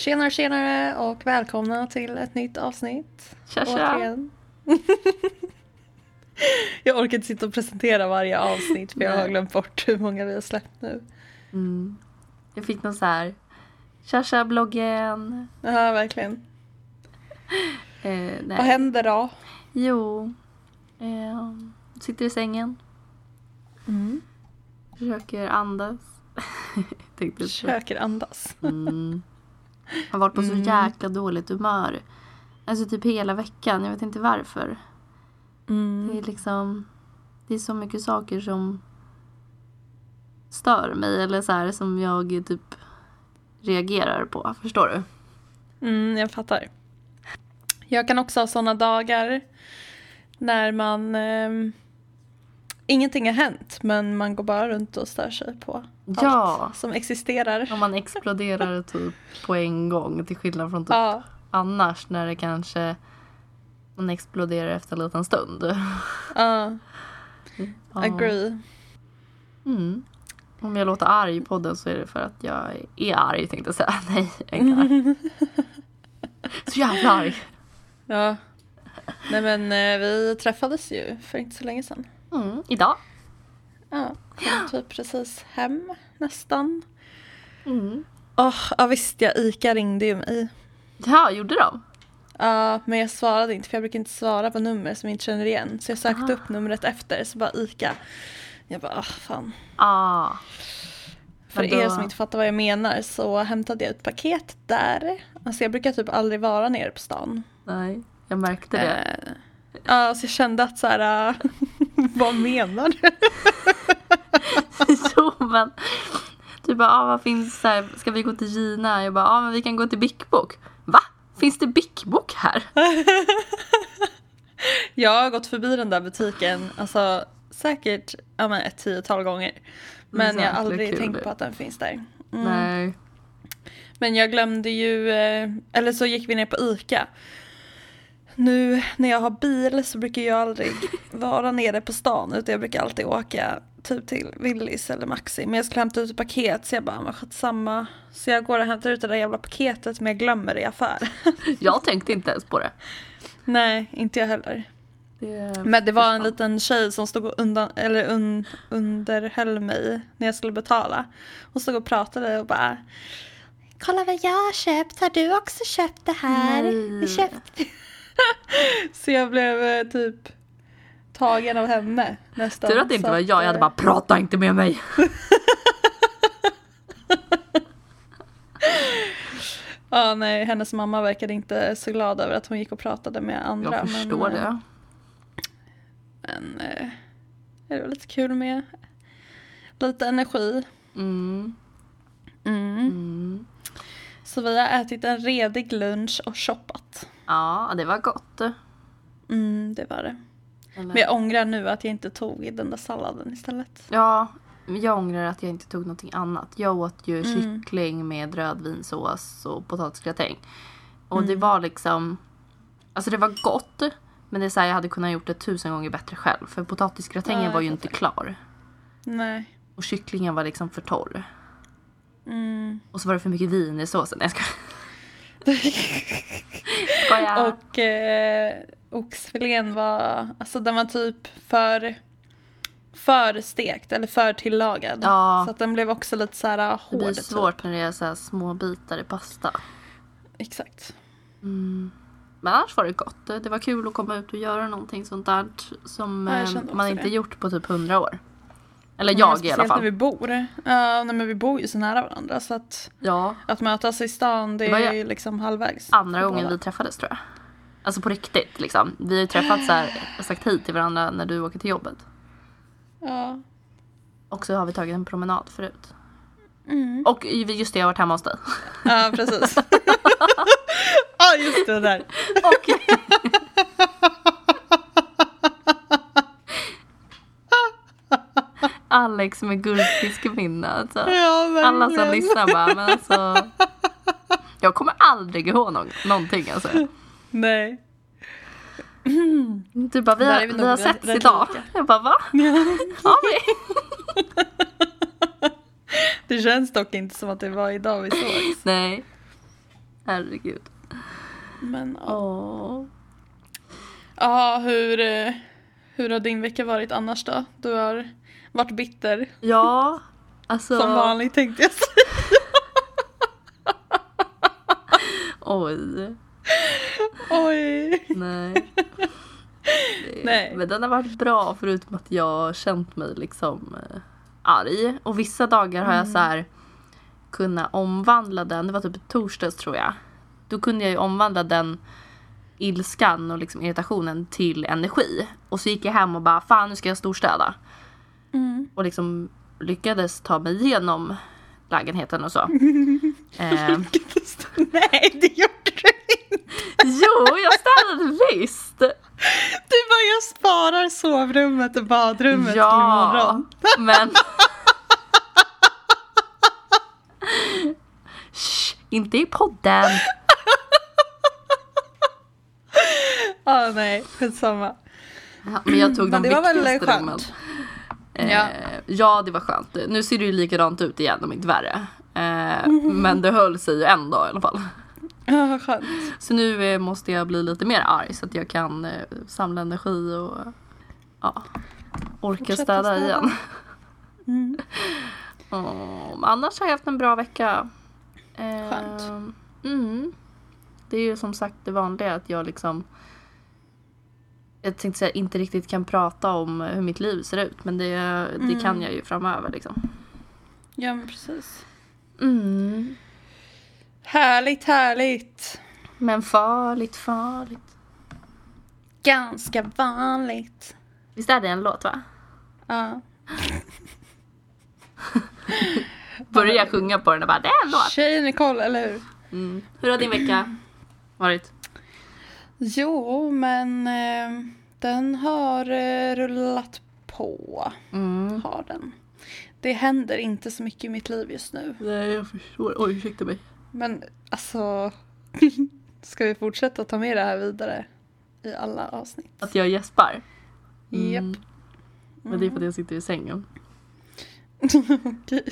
Tjenare och välkomna till ett nytt avsnitt. Tja. Jag orkar inte sitta och presentera varje avsnitt för jag har glömt bort hur många vi har släppt nu. Jag fick någon så här Tja-bloggen. Ja, verkligen. Nej. Vad händer då? Jo, sitter i sängen. Försöker andas. Försöker andas. Har varit på så jäkla dåligt humör. Alltså typ hela veckan. Jag vet inte varför. Det är liksom, det är så mycket saker som stör mig. Eller så här som jag typ reagerar på. Förstår du? Jag fattar. Jag kan också ha såna dagar när man ingenting har hänt, men man går bara runt och stör sig på allt som existerar. Om man exploderar typ på en gång, till skillnad från typ annars när det kanske man exploderar efter en liten stund. Agree. Om jag låter arg på podden så är det för att jag är arg, tänkte jag säga. Nej, jag är inte arg. Så jävla arg. Ja. Nej, men vi träffades ju för inte så länge sedan. Idag? Ja, kom typ precis hem nästan. Ja visst, Ica ringde ju mig. Ja, gjorde de? Ja, men jag svarade inte för jag brukar inte svara på nummer som jag inte känner igen. Så jag sökte upp numret efter, så bara Ica. Jag bara, fan. För er som inte fattar vad jag menar så hämtade jag ett paket där. Alltså jag brukar typ aldrig vara nere på stan. Nej, jag märkte det. Ja, så jag kände att så här, vad menar du? Jo, men du bara, vad finns så här, ska vi gå till Gina? Jag bara, men vi kan gå till Big Book. Va? Finns det Big Book här? Jag har gått förbi den där butiken, alltså säkert ett 10-tal gånger. Men jag har aldrig tänkt på att den finns där. Nej. Men jag glömde ju, eller så gick vi ner på Ica. Nu när jag har bil så brukar jag aldrig vara nere på stan, utan jag brukar alltid åka typ till Willys eller Maxi. Men jag skulle hämta ut ett paket, så jag bara, men samma. Så jag går och hämtar ut det där jävla paketet, men jag glömmer det i affär. Jag tänkte inte ens på det. Nej, inte jag heller. Men det var en liten tjej som stod och underhöll mig när jag skulle betala. Hon stod och pratade och bara, kolla vad jag har köpt, har du också köpt det här? Vi köpte. Så jag blev typ tagen av henne nästan. Tur att det inte var jag hade bara, prata inte med mig. Nej, hennes mamma verkade inte så glad över att hon gick och pratade med andra. Jag förstår det. Men det var lite kul med lite energi. Så vi har ätit en redig lunch och shoppat. Ja, det var gott. Det var det. Men jag ångrar nu att jag inte tog den där salladen istället. Ja, jag ångrar att jag inte tog någonting annat. Jag åt ju kyckling med rödvinsås och potatisgratäng. Och det var liksom, alltså det var gott. Men det är så här, jag hade kunnat gjort det 1000 gånger bättre själv. För potatisgratängen var ju inte klar. Nej. Och kycklingen var liksom för torr. Och så var det för mycket vin i såsen. Jag ska... Och oxfilén var, alltså den var typ för stekt eller för tillagad. Så att den blev också lite så här hård. Det är svårt när det är så här små bitar i pasta. Exakt. Men annars var det gott. Det var kul att komma ut och göra någonting sånt där som man inte gjort på typ 100 år. Eller jag i alla fall. När vi bor. Men vi bor ju så nära varandra. Så att mötas i stan, det är ju liksom halvvägs. Andra gången vi träffades, tror jag. Alltså på riktigt liksom. Vi har ju träffats så här, sagt hit till varandra när du åker till jobbet. Ja. Och så har vi tagit en promenad förut. Och just det, jag har varit hemma hos dig. Ja, precis. Just det där. Och Alex med guldfiskepinne. Alltså. Alla som lyssnar bara, men alltså, jag kommer aldrig ihåg någonting alltså. Nej. Du bara, vi har sett idag. Jag bara, va? Ja, det känns dock inte som att det var idag vi sågs. Nej. Herregud. Men ja. Åh. Ja, hur har din vecka varit annars då? Du har varit bitter. Ja, alltså... Som vanligt tänkte jag säga. Oj. Oj. Nej. Nej. Men den har varit bra förutom att jag har känt mig liksom arg. Och vissa dagar har jag så här kunnat omvandla den. Det var typ torsdags tror jag. Då kunde jag ju omvandla den ilskan och liksom irritationen till energi. Och så gick jag hem och bara, fan nu ska jag storstäda. Och liksom lyckades ta mig igenom lägenheten och så. Nej, det gjorde du inte. Jo, jag städade visst. Du bara, jag sparar sovrummet och badrummet till imorgon. Men... Shh, inte i podden. Nej, skitsamma. Ja, men jag tog de viktigaste rummen. Ja, det var skönt. Nu ser det ju likadant ut igen, om inte värre. Men det höll sig ju en dag i alla fall. Ja, vad skönt. Så nu måste jag bli lite mer arg så att jag kan samla energi och orka städa igen. Annars har jag haft en bra vecka. Skönt. Det är ju som sagt det vanliga att jag liksom, jag tänkte säga, inte riktigt kan prata om hur mitt liv ser ut. Men det kan jag ju framöver liksom. Ja, men precis. Härligt, härligt. Men farligt. Ganska vanligt. Visst är det en låt, va? Ja. Börjar jag sjunga på den och bara, det är en låt. Tjej Nicole, eller hur? Hur har din vecka varit? Jo, men den har rullat på. Har den. Det händer inte så mycket i mitt liv just nu. Nej, jag förstår. Oj, ursäkta mig. Men alltså, ska vi fortsätta ta med det här vidare i alla avsnitt? Att jag gäspar? Japp. Men det är för att jag sitter i sängen. Okej.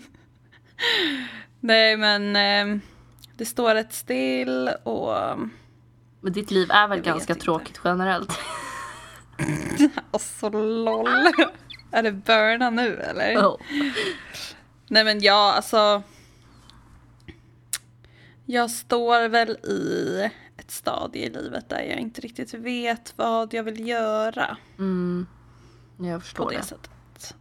Nej, men det står rätt still och... Men ditt liv är väl Jag ganska vet inte. tråkigt generellt? Alltså, lol. Är det burna nu, eller? Oh. Nej, men alltså... Jag står väl i ett stadie i livet där jag inte riktigt vet vad jag vill göra. Jag förstår På det det. sättet.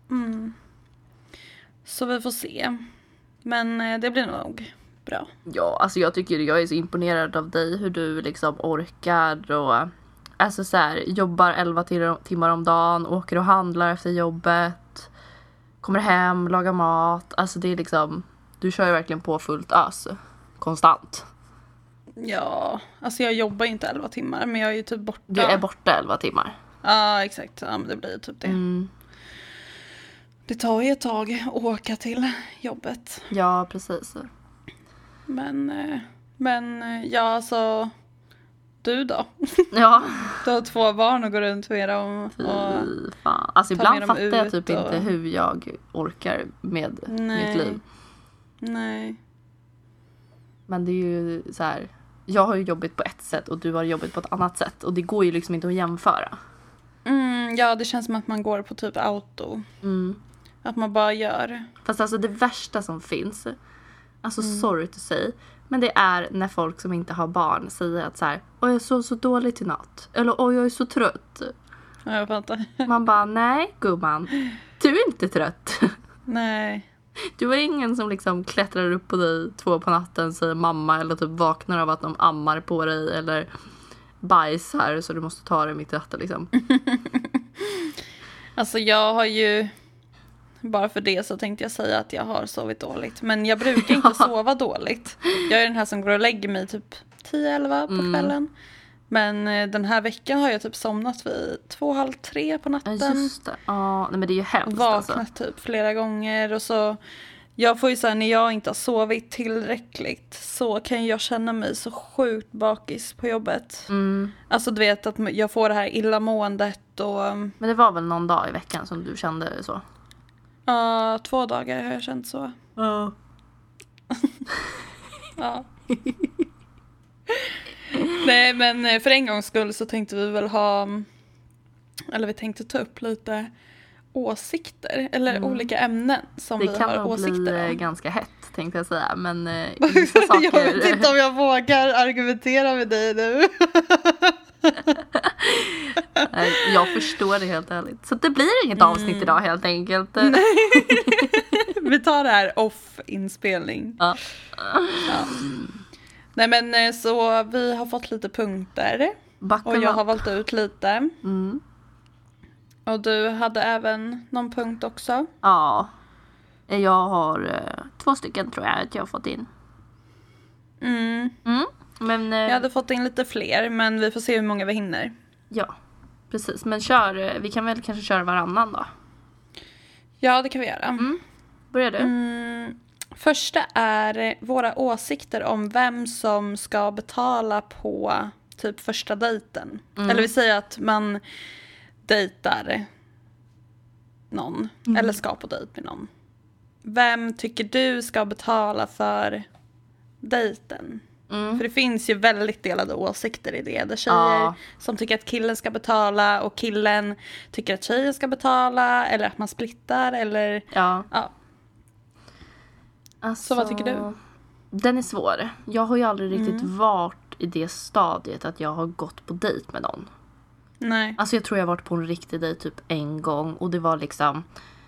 Så vi får se. Men det blir nog bra. Ja, alltså jag tycker jag är så imponerad av dig. Hur du liksom orkar och alltså så här, jobbar 11 timmar om dagen. Åker och handlar efter jobbet. Kommer hem, lagar mat. Alltså det är liksom, du kör ju verkligen på fullt ös. Konstant. Ja, alltså jag jobbar inte 11 timmar. Men jag är ju typ borta. Du är borta 11 timmar. Ja, exakt. Ja, men det blir typ det. Det tar ju ett tag att åka till jobbet. Ja, precis. Men ja, alltså... Du då? Ja. Du har 2 barn och går runt med dem. Fy Och fan. Alltså ta ibland med dem fattar jag ut typ inte hur jag orkar med mitt liv. Nej. Men det är ju så här, jag har ju jobbat på ett sätt och du har jobbat på ett annat sätt. Och det går ju liksom inte att jämföra. Ja, det känns som att man går på typ auto. Att man bara gör. Fast alltså det värsta som finns, alltså sorry to say, men det är när folk som inte har barn säger att så här, oj jag sov så dåligt i natt. Eller oj jag är så trött. Ja, jag fattar. Man bara, nej gumman, du är inte trött. Nej. Du har ingen som liksom klättrar upp på dig 2 på natten, säger mamma, eller typ vaknar av att de ammar på dig eller bajsar så du måste ta det mitt i natten liksom. Alltså jag har ju, bara för det så tänkte jag säga att jag har sovit dåligt. Men jag brukar inte sova dåligt. Jag är den här som går och lägger mig typ 10-11 på kvällen. Men den här veckan har jag typ somnat vid 2:30 på natten. Ja just det, ja nej, men det är ju hemskt Vaknat alltså. typ flera gånger och så. Jag får ju säga när jag inte har sovit tillräckligt så kan jag känna mig så sjukt bakis på jobbet. Alltså du vet att jag får det här illamåendet och... Men det var väl någon dag i veckan som du kände så? Ja, 2 dagar har jag känt så. Ja. Ja. Nej, men för en gångs skull så tänkte vi väl vi tänkte ta upp lite åsikter eller olika ämnen som vi har åsikter om. Det kan nog bli ganska hett, tänkte jag säga, men vissa saker... Jag vet inte om jag vågar argumentera med dig nu. Jag förstår det helt ärligt. Så det blir inget avsnitt idag helt enkelt. Vi tar det här off-inspelning. Ja. Nej, men så vi har fått lite punkter. Och jag har valt ut lite. Och du hade även någon punkt också? Ja. Jag har 2 stycken tror jag att jag har fått in. Men, jag hade fått in lite fler, men vi får se hur många vi hinner. Ja, precis. Men vi kan väl kanske köra varannan då? Ja, det kan vi göra. Börjar du? Första är våra åsikter om vem som ska betala på typ första dejten. Eller vi säger att man dejtar någon. Eller ska på dejt med någon. Vem tycker du ska betala för dejten? För det finns ju väldigt delade åsikter i det. Där tjejer som tycker att killen ska betala och killen tycker att tjejen ska betala. Eller att man splittar. Eller, ja. Alltså, så vad tycker du? Den är svår. Jag har ju aldrig riktigt varit i det stadiet att jag har gått på dejt med någon. Nej. Alltså jag tror jag har varit på en riktig dejt typ en gång. Och det var liksom...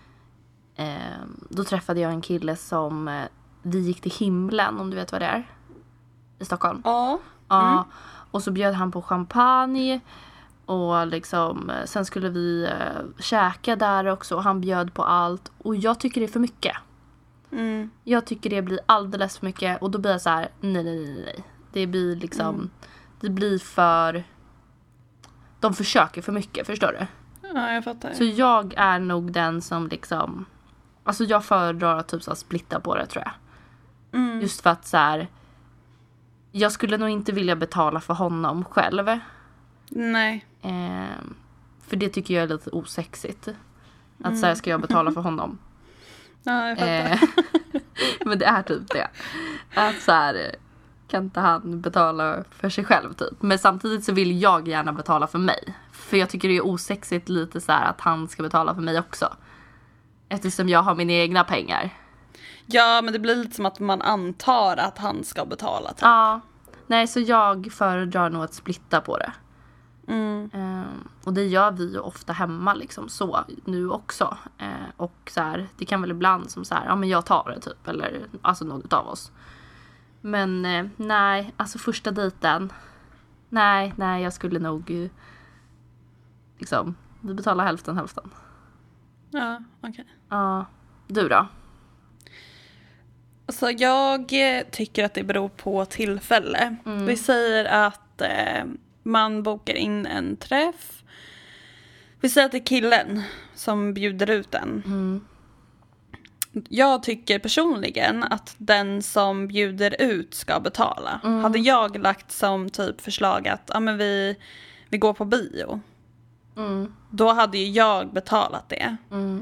då träffade jag en kille som... vi gick till himlen, om du vet vad det är. I Stockholm. Ja. Och så bjöd han på champagne. Och liksom... sen skulle vi käka där också. Och han bjöd på allt. Och jag tycker det är för mycket. Jag tycker det blir alldeles för mycket. Och då blir jag så här, nej. Det blir liksom... det blir för... de försöker för mycket, förstår du? Ja, jag fattar. Så jag är nog den som liksom... alltså jag föredrar att typ så här splitta på det, tror jag. Just för att så här... jag skulle nog inte vilja betala för honom själv. Nej. För det tycker jag är lite osexigt. Att så här, ska jag betala för honom? Ja, jag fattar. Men det är typ det. Att så här... kan inte han betala för sig själv typ. Men samtidigt så vill jag gärna betala för mig. För jag tycker det är osexigt lite så här att han ska betala för mig också. Eftersom jag har mina egna pengar. Ja, men det blir lite som att man antar att han ska betala typ. Ja. Nej, så jag föredrar nog att splitta på det. Och det gör vi ju ofta hemma liksom så nu också. Och så här, det kan väl ibland som så här, ja men jag tar det typ. Eller alltså någon av oss. Men nej, alltså första dejten. Nej, jag skulle nog liksom, vi betalar hälften. Ja, okej. Ja, du då? Alltså jag tycker att det beror på tillfälle. Vi säger att man bokar in en träff. Vi säger att det är killen som bjuder ut en. Jag tycker personligen att den som bjuder ut ska betala. Hade jag lagt som typ förslag att men vi går på bio. Då hade ju jag betalat det.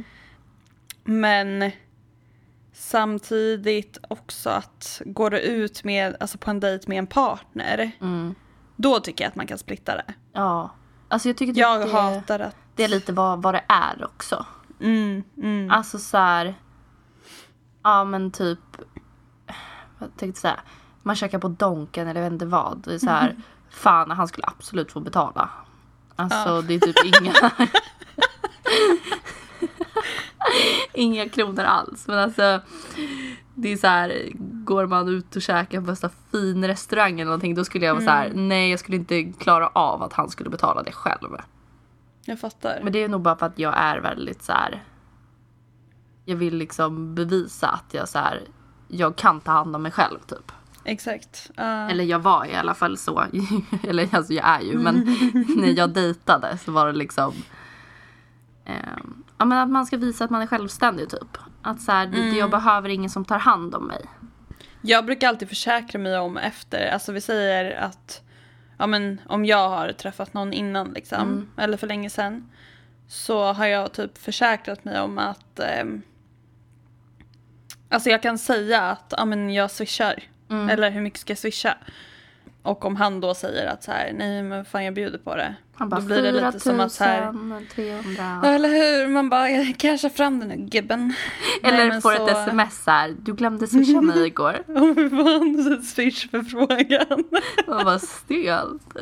Men samtidigt också att går du ut med, alltså på en dejt med en partner, då tycker jag att man kan splitta det. Ja, alltså jag tycker jag hatar att det är lite vad det är också. Alltså så här, ja men typ, jag tänkte säga, man käkar på Donken eller jag vet inte vad. Det är så här, fan han skulle absolut få betala. Alltså det är typ inga kronor alls. Men alltså det är så här, går man ut och käkar på en fin restaurang eller någonting, då skulle jag vara så här, nej jag skulle inte klara av att han skulle betala det själv. Jag fattar. Men det är nog bara för att jag är väldigt så här, jag vill liksom bevisa att jag så här, jag kan ta hand om mig själv typ. Exakt. Eller jag var i alla fall så. Eller alltså jag är ju. Men när jag dejtade så var det liksom ja men att man ska visa att man är självständig typ. Att så här, jag behöver ingen som tar hand om mig. Jag brukar alltid försäkra mig om efter. Alltså vi säger att ja men om jag har träffat någon innan liksom. Eller för länge sedan. Så har jag typ försäkrat mig om att alltså jag kan säga att ja men jag swishar. Eller hur mycket ska jag swisha? Och om han då säger att så här, nej men fan jag bjuder på det. Han bara, då blir det lite som att så här, 300. eller hur? Man bara, jag kanske fram den nu gibben. Eller nej, får så... ett sms här, du glömde swisha mig igår. Om vi får en swish-förfrågan. Man bara, stelt.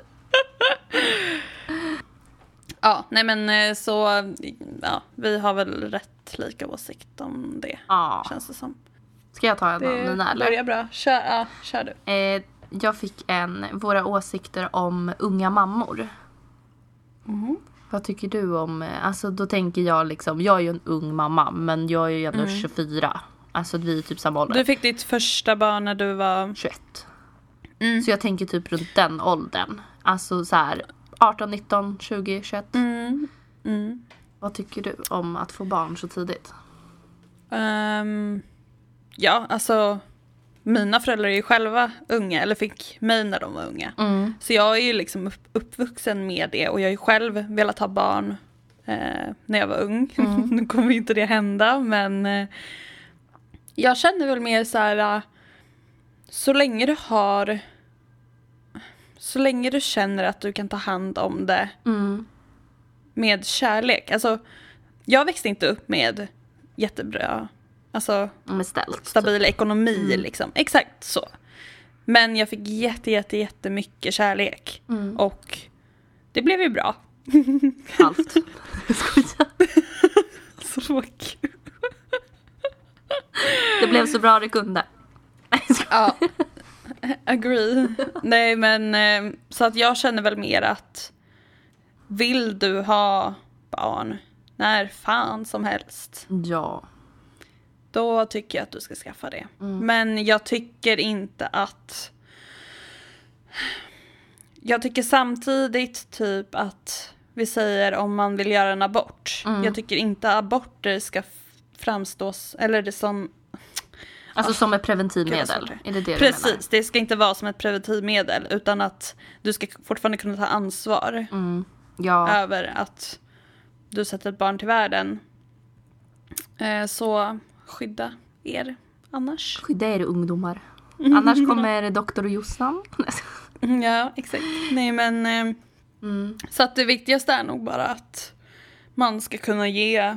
Ja, nej men så, ja, vi har väl rätt lika åsikt om det, känns det som. Ska jag ta en av mina eller? Det börjar bra, kör du. Jag fick våra åsikter om unga mammor. Vad tycker du om, alltså då tänker jag liksom, jag är ju en ung mamma men jag är ju ändå 24. Alltså vi är typ samma ålder. Du fick ditt första barn när du var 21. Så jag tänker typ runt den åldern. Alltså så här 18, 19, 20, 21. Vad tycker du om att få barn så tidigt? Ja, alltså mina föräldrar är ju själva unga, eller fick mig när de var unga. Så jag är ju liksom uppvuxen med det och jag har ju själv velat ha barn när jag var ung. Nu kommer ju inte det hända, men jag känner väl mer så här, så länge du känner att du kan ta hand om det med kärlek. Alltså, jag växte inte upp med jättebra, alltså stabil ekonomi liksom. Exakt så. Men jag fick jättemycket kärlek. Och det blev ju bra. Allt. Så kul. Det blev så bra det kunde. Ja. Agree. Nej men så att jag känner väl mer att vill du ha barn när fan som helst. Ja. Då tycker jag att du ska skaffa det. Men jag tycker inte att... Jag tycker samtidigt typ att vi säger om man vill göra en abort. Jag tycker inte aborter ska framstås... Eller det som... Alltså som ett preventivmedel. Är det precis, det ska inte vara som ett preventivmedel. Utan att du ska fortfarande kunna ta ansvar över att du sätter ett barn till världen. Så... skydda er annars. Skydda er ungdomar. Annars kommer doktor Jossan. Ja, exakt. Nej men så att det viktigaste är nog bara att man ska kunna ge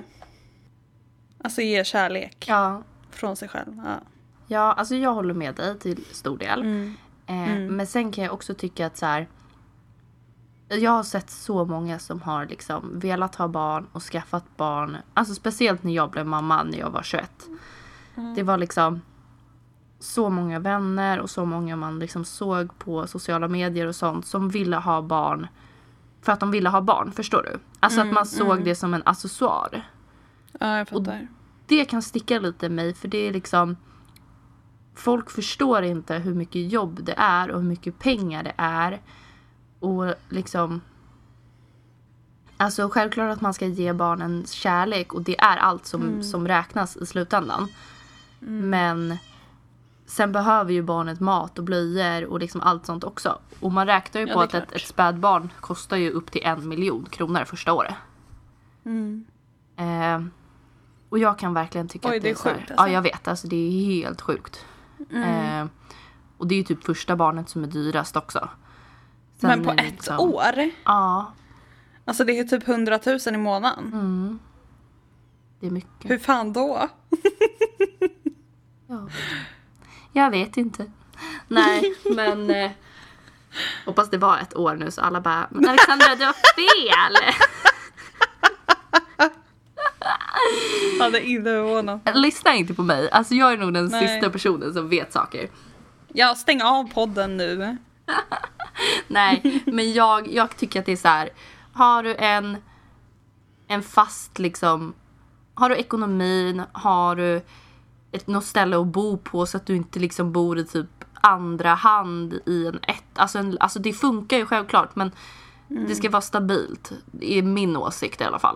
kärlek från sig själv. Ja, alltså jag håller med dig till stor del. Men sen kan jag också tycka att så här, jag har sett så många som har liksom velat ha barn och skaffat barn. Alltså speciellt när jag blev mamma när jag var 21. Det var liksom så många vänner och så många man liksom såg på sociala medier och sånt som ville ha barn för att de ville ha barn, förstår du? Alltså att man såg det som en accessoar. Ja, jag fattar. Och det kan sticka lite i mig för det är liksom, folk förstår inte hur mycket jobb det är och hur mycket pengar det är. Och liksom, alltså självklart att man ska ge barnen kärlek och det är allt som räknas i slutändan. Men sen behöver ju barnet mat och blöjor och liksom allt sånt också. Och man räknar ju på att ett spädbarn kostar ju upp till 1 miljon kronor första året. Och jag kan verkligen tycka att det är sjukt. Alltså. Ja, jag vet. Alltså det är helt sjukt. Och det är ju typ första barnet som är dyrast också. Sen men på ett år? Ja. Alltså det är typ 100 000 i månaden. Det är mycket. Hur fan då? Ja. Jag vet inte. Nej, men hoppas det var ett år nu så alla bara, men Alexandra, du har fel. Ja, det är inte förvånad. Lyssna inte på mig. Alltså jag är nog den sista personen som vet saker. Ja, stäng av podden nu. Nej, men jag tycker att det är så här. Har du en fast liksom, har du ekonomin, har du något ställe att bo på så att du inte liksom bor i typ andra hand i alltså det funkar ju självklart, men det ska vara stabilt. Det är min åsikt i alla fall.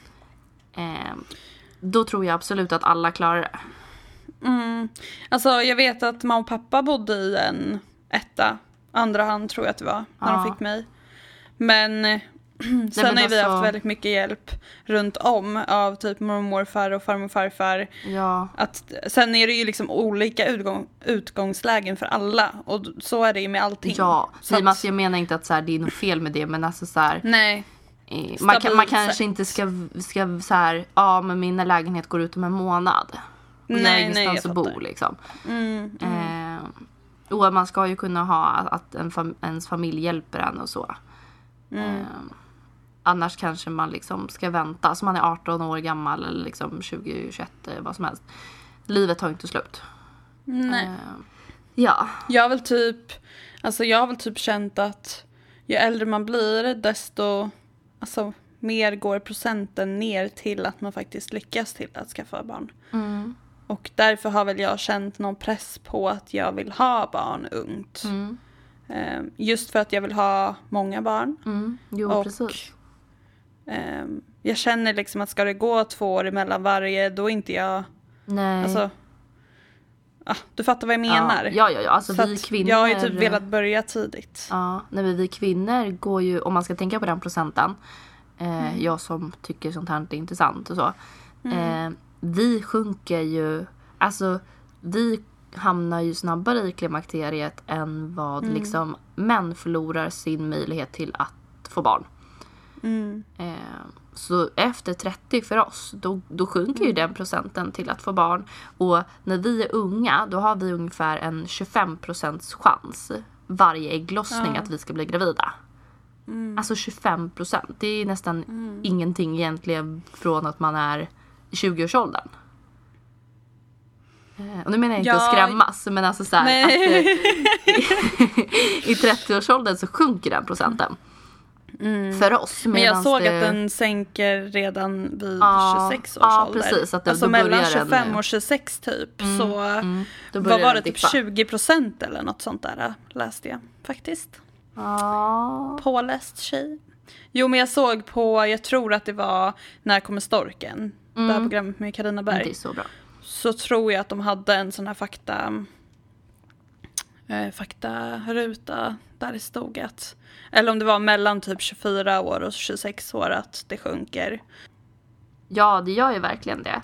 Då tror jag absolut att alla klarar det. Alltså jag vet att mamma och pappa bodde i en etta, andra hand tror jag att det var, när de fick mig. Men Sen har vi haft väldigt mycket hjälp runt om av typ morfar och farmor och farfar. Ja. Sen är det ju liksom olika utgångslägen för alla. Och så är det ju med allting. Ja, jag menar inte att så här, det är något fel med det. Men alltså så här, nej. Man kanske inte ska så här, ja men min lägenhet går ut om en månad. Och jag har ingenstans att bo liksom. Och man ska ju kunna ha att ens familj hjälper en och så. Annars kanske man liksom ska vänta. Alltså man är 18 år gammal eller liksom 20, 21, vad som helst. Livet tar inte slut. Nej. Ja. Jag har väl typ känt att ju äldre man blir desto mer går procenten ner till att man faktiskt lyckas till att skaffa barn. Och därför har väl jag känt någon press på att jag vill ha barn ungt. Just för att jag vill ha många barn. Jo, och precis. Jag känner liksom att ska det gå 2 år emellan varje, då är inte jag... Nej. Alltså, du fattar vad jag menar. Ja. Alltså vi kvinnor... Jag har ju typ velat börja tidigt. Ja, vi kvinnor går ju, om man ska tänka på den procenten, jag som tycker sånt här inte är intressant och så. Vi sjunker ju, alltså vi hamnar ju snabbare i klimakteriet än vad liksom män förlorar sin möjlighet till att få barn. Så efter 30 för oss, då sjunker ju den procenten till att få barn. Och när vi är unga, då har vi ungefär en 25% chans varje ägglossning att vi ska bli gravida. Alltså 25%. Det är nästan ingenting egentligen från att man är i 20-årsåldern. Och nu menar jag inte att skrämmas, men alltså så här, att i 30-årsåldern så sjunker den procenten. För oss. Men jag såg att den sänker redan vid 26 års ålder. Precis, att alltså mellan 25 och 26 typ. Så vad var det, typ 20% eller något sånt där läste jag faktiskt. Påläst tjej. Jo, men jag såg jag tror att det var När kommer storken? Det här programmet med Carina Berg. Det är så bra. Så tror jag att de hade en sån här faktaruta där det stod att, eller om det var mellan typ 24 år och 26 år, att det sjunker. Ja, det gör ju verkligen det.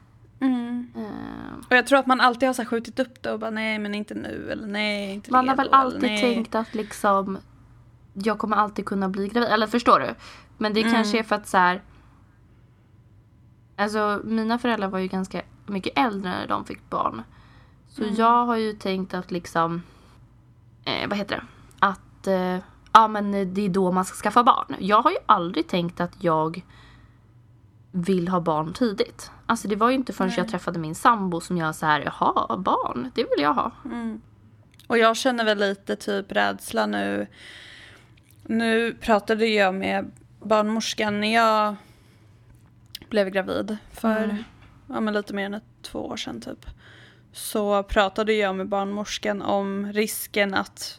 Och jag tror att man alltid har så här skjutit upp det och bara nej, men inte nu, eller nej, inte man har väl alltid tänkt att liksom jag kommer alltid kunna bli gravid, eller förstår du? Men det kanske är för att så här, alltså mina föräldrar var ju ganska mycket äldre när de fick barn. Så jag har ju tänkt att liksom vad heter det? Att men det är då man ska skaffa barn. Jag har ju aldrig tänkt att jag vill ha barn tidigt. Alltså det var ju inte förrän jag träffade min sambo som jag så här, jaha, barn, det vill jag ha. Och jag känner väl lite typ rädsla nu. Nu pratade jag med barnmorskan när jag blev gravid för lite mer än 2 år sedan typ. Så pratade jag med barnmorskan om risken att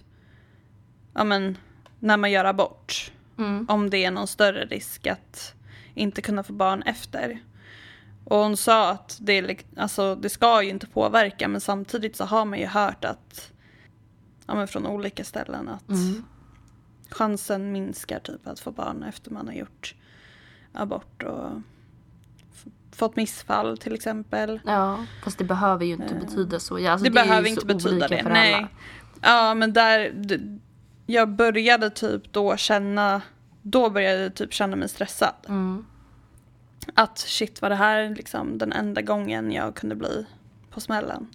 när man gör abort, om det är någon större risk att inte kunna få barn efter. Och hon sa att det ska ju inte påverka, men samtidigt så har man ju hört att från olika ställen att chansen minskar typ att få barn efter man har gjort abort och fått missfall till exempel. Ja, fast det behöver ju inte betyda så. Ja, alltså det behöver inte betyda det, nej. Alla. Ja, men jag började typ då började typ känna mig stressad. Att shit, var det här liksom den enda gången jag kunde bli på smällen.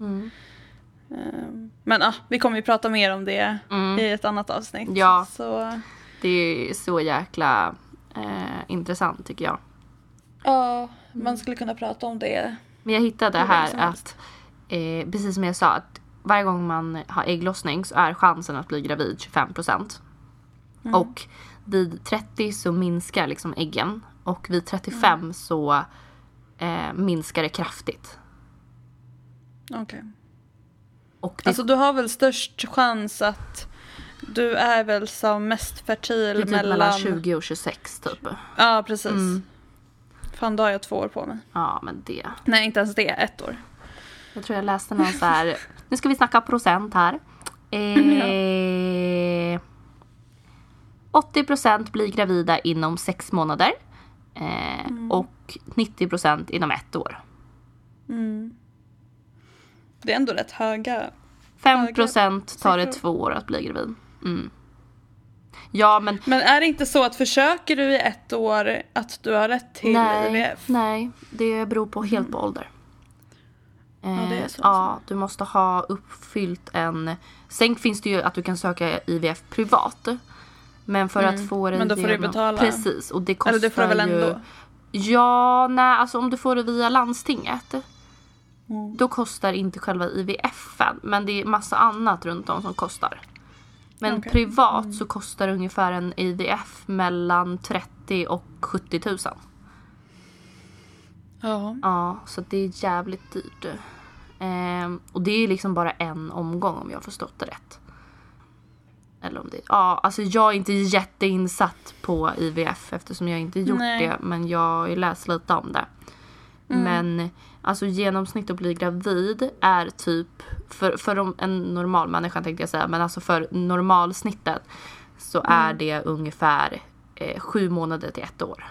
Men vi kommer ju prata mer om det i ett annat avsnitt. Ja, så. Det är så jäkla intressant tycker jag. Ja, man skulle kunna prata om det. Men jag hittade här att precis som jag sa, att varje gång man har ägglossning så är chansen att bli gravid 25%. Och vid 30 så minskar liksom äggen. Och vid 35 så minskar det kraftigt. Okej. Alltså du har väl störst chans att du är väl som mest fertil mellan 20 och 26 typ. Ja, precis. Fan, då har jag 2 år på mig. Ja, men det. Nej, inte ens det, 1 år. Jag tror jag läste någon så här. Nu ska vi snacka procent här. 80% blir gravida inom 6 månader. Och 90% inom 1 år. Det är ändå rätt höga. 5% tar det 2 år att bli gravid. Ja, men är det inte så att försöker du i 1 år att du har rätt till IVF? Nej, det beror på helt på ålder. Det är så. Ja, du måste ha uppfyllt en... Sen finns det ju att du kan söka IVF privat. Men för att få det men då får du betala. Precis, och det kostar eller det får du väl ändå? Ja, nej, alltså om du får det via landstinget då kostar inte själva IVF:en, men det är massa annat runt om som kostar. Men privat så kostar ungefär en IVF mellan 30 och 70 000. Ja, så det är jävligt dyrt. Och det är liksom bara en omgång om jag har förstått det rätt. Eller om det... Ja, alltså jag är inte jätteinsatt på IVF eftersom jag inte gjort det. Men jag har läst lite om det. Men alltså genomsnitt att bli gravid är typ... För en normal människa tänkte jag säga. Men alltså för normalsnittet så är det ungefär 7 månader till 1 år.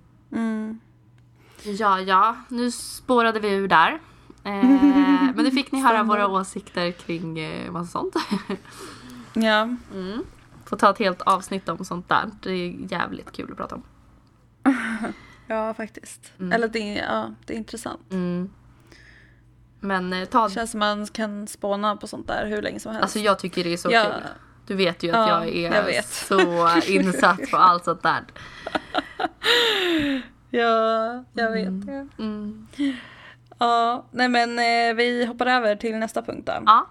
Ja, nu spårade vi ur där. Men nu fick ni höra våra åsikter kring massa sånt. Ja. Får ta ett helt avsnitt om sånt där. Det är jävligt kul att prata om. Ja, faktiskt. Eller det är intressant. Men det känns som man kan spåna på sånt där hur länge som helst. Alltså jag tycker det är så kul. Du vet ju att jag är så insatt på allt sånt där. Ja, jag vet det. Ja, nej men vi hoppar över till nästa punkt då. Ja.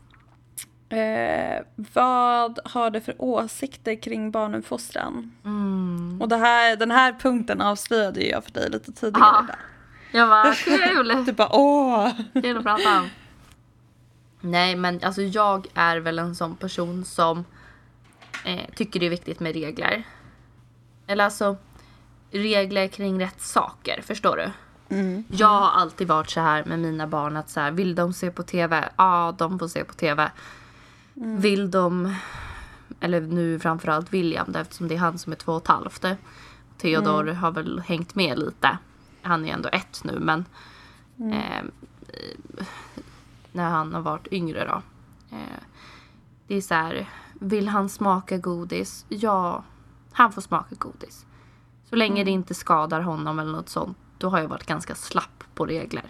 Vad har du för åsikter kring barnuppfostran? Och den här punkten avslöjade jag för dig lite tidigare idag. Jag var kul. Du bara, kul att prata om. Nej, men alltså jag är väl en sån person som tycker det är viktigt med regler. Eller alltså regler kring rätt saker, förstår du? Jag har alltid varit så här med mina barn att så här, vill de se på tv? Ja, de får se på tv. Vill de, eller nu framförallt William, eftersom det är han som är 2,5. Theodor har väl hängt med lite. Han är ändå 1 nu, men när han har varit yngre då. Det är så här, vill han smaka godis? Ja, han får smaka godis. Så länge det inte skadar honom eller något sånt, då har jag varit ganska slapp på regler.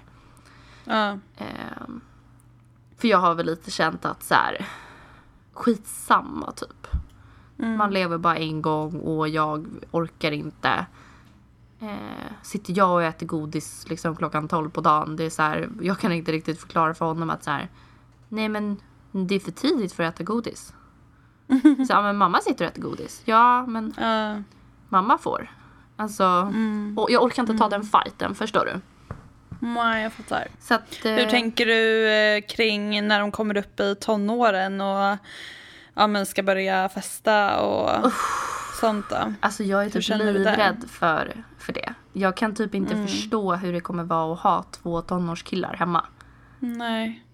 För jag har väl lite känt att så här, skitsamma typ. Man lever bara en gång och jag orkar inte. Sitter jag och äter godis liksom klockan 12 på dagen. Det är så här, jag kan inte riktigt förklara för honom att så här, nej men det är för tidigt för att äta godis. Så ja, men mamma sitter och äter godis. Ja, men mamma får. Alltså, och jag orkar inte ta den fighten, förstår du? Nej, jag fattar. Så att, hur tänker du kring när de kommer upp i tonåren och men ska börja festa och sånt då? Alltså jag är typ livrädd för det. Jag kan typ inte förstå hur det kommer vara att ha 2 tonårskillar hemma. Nej.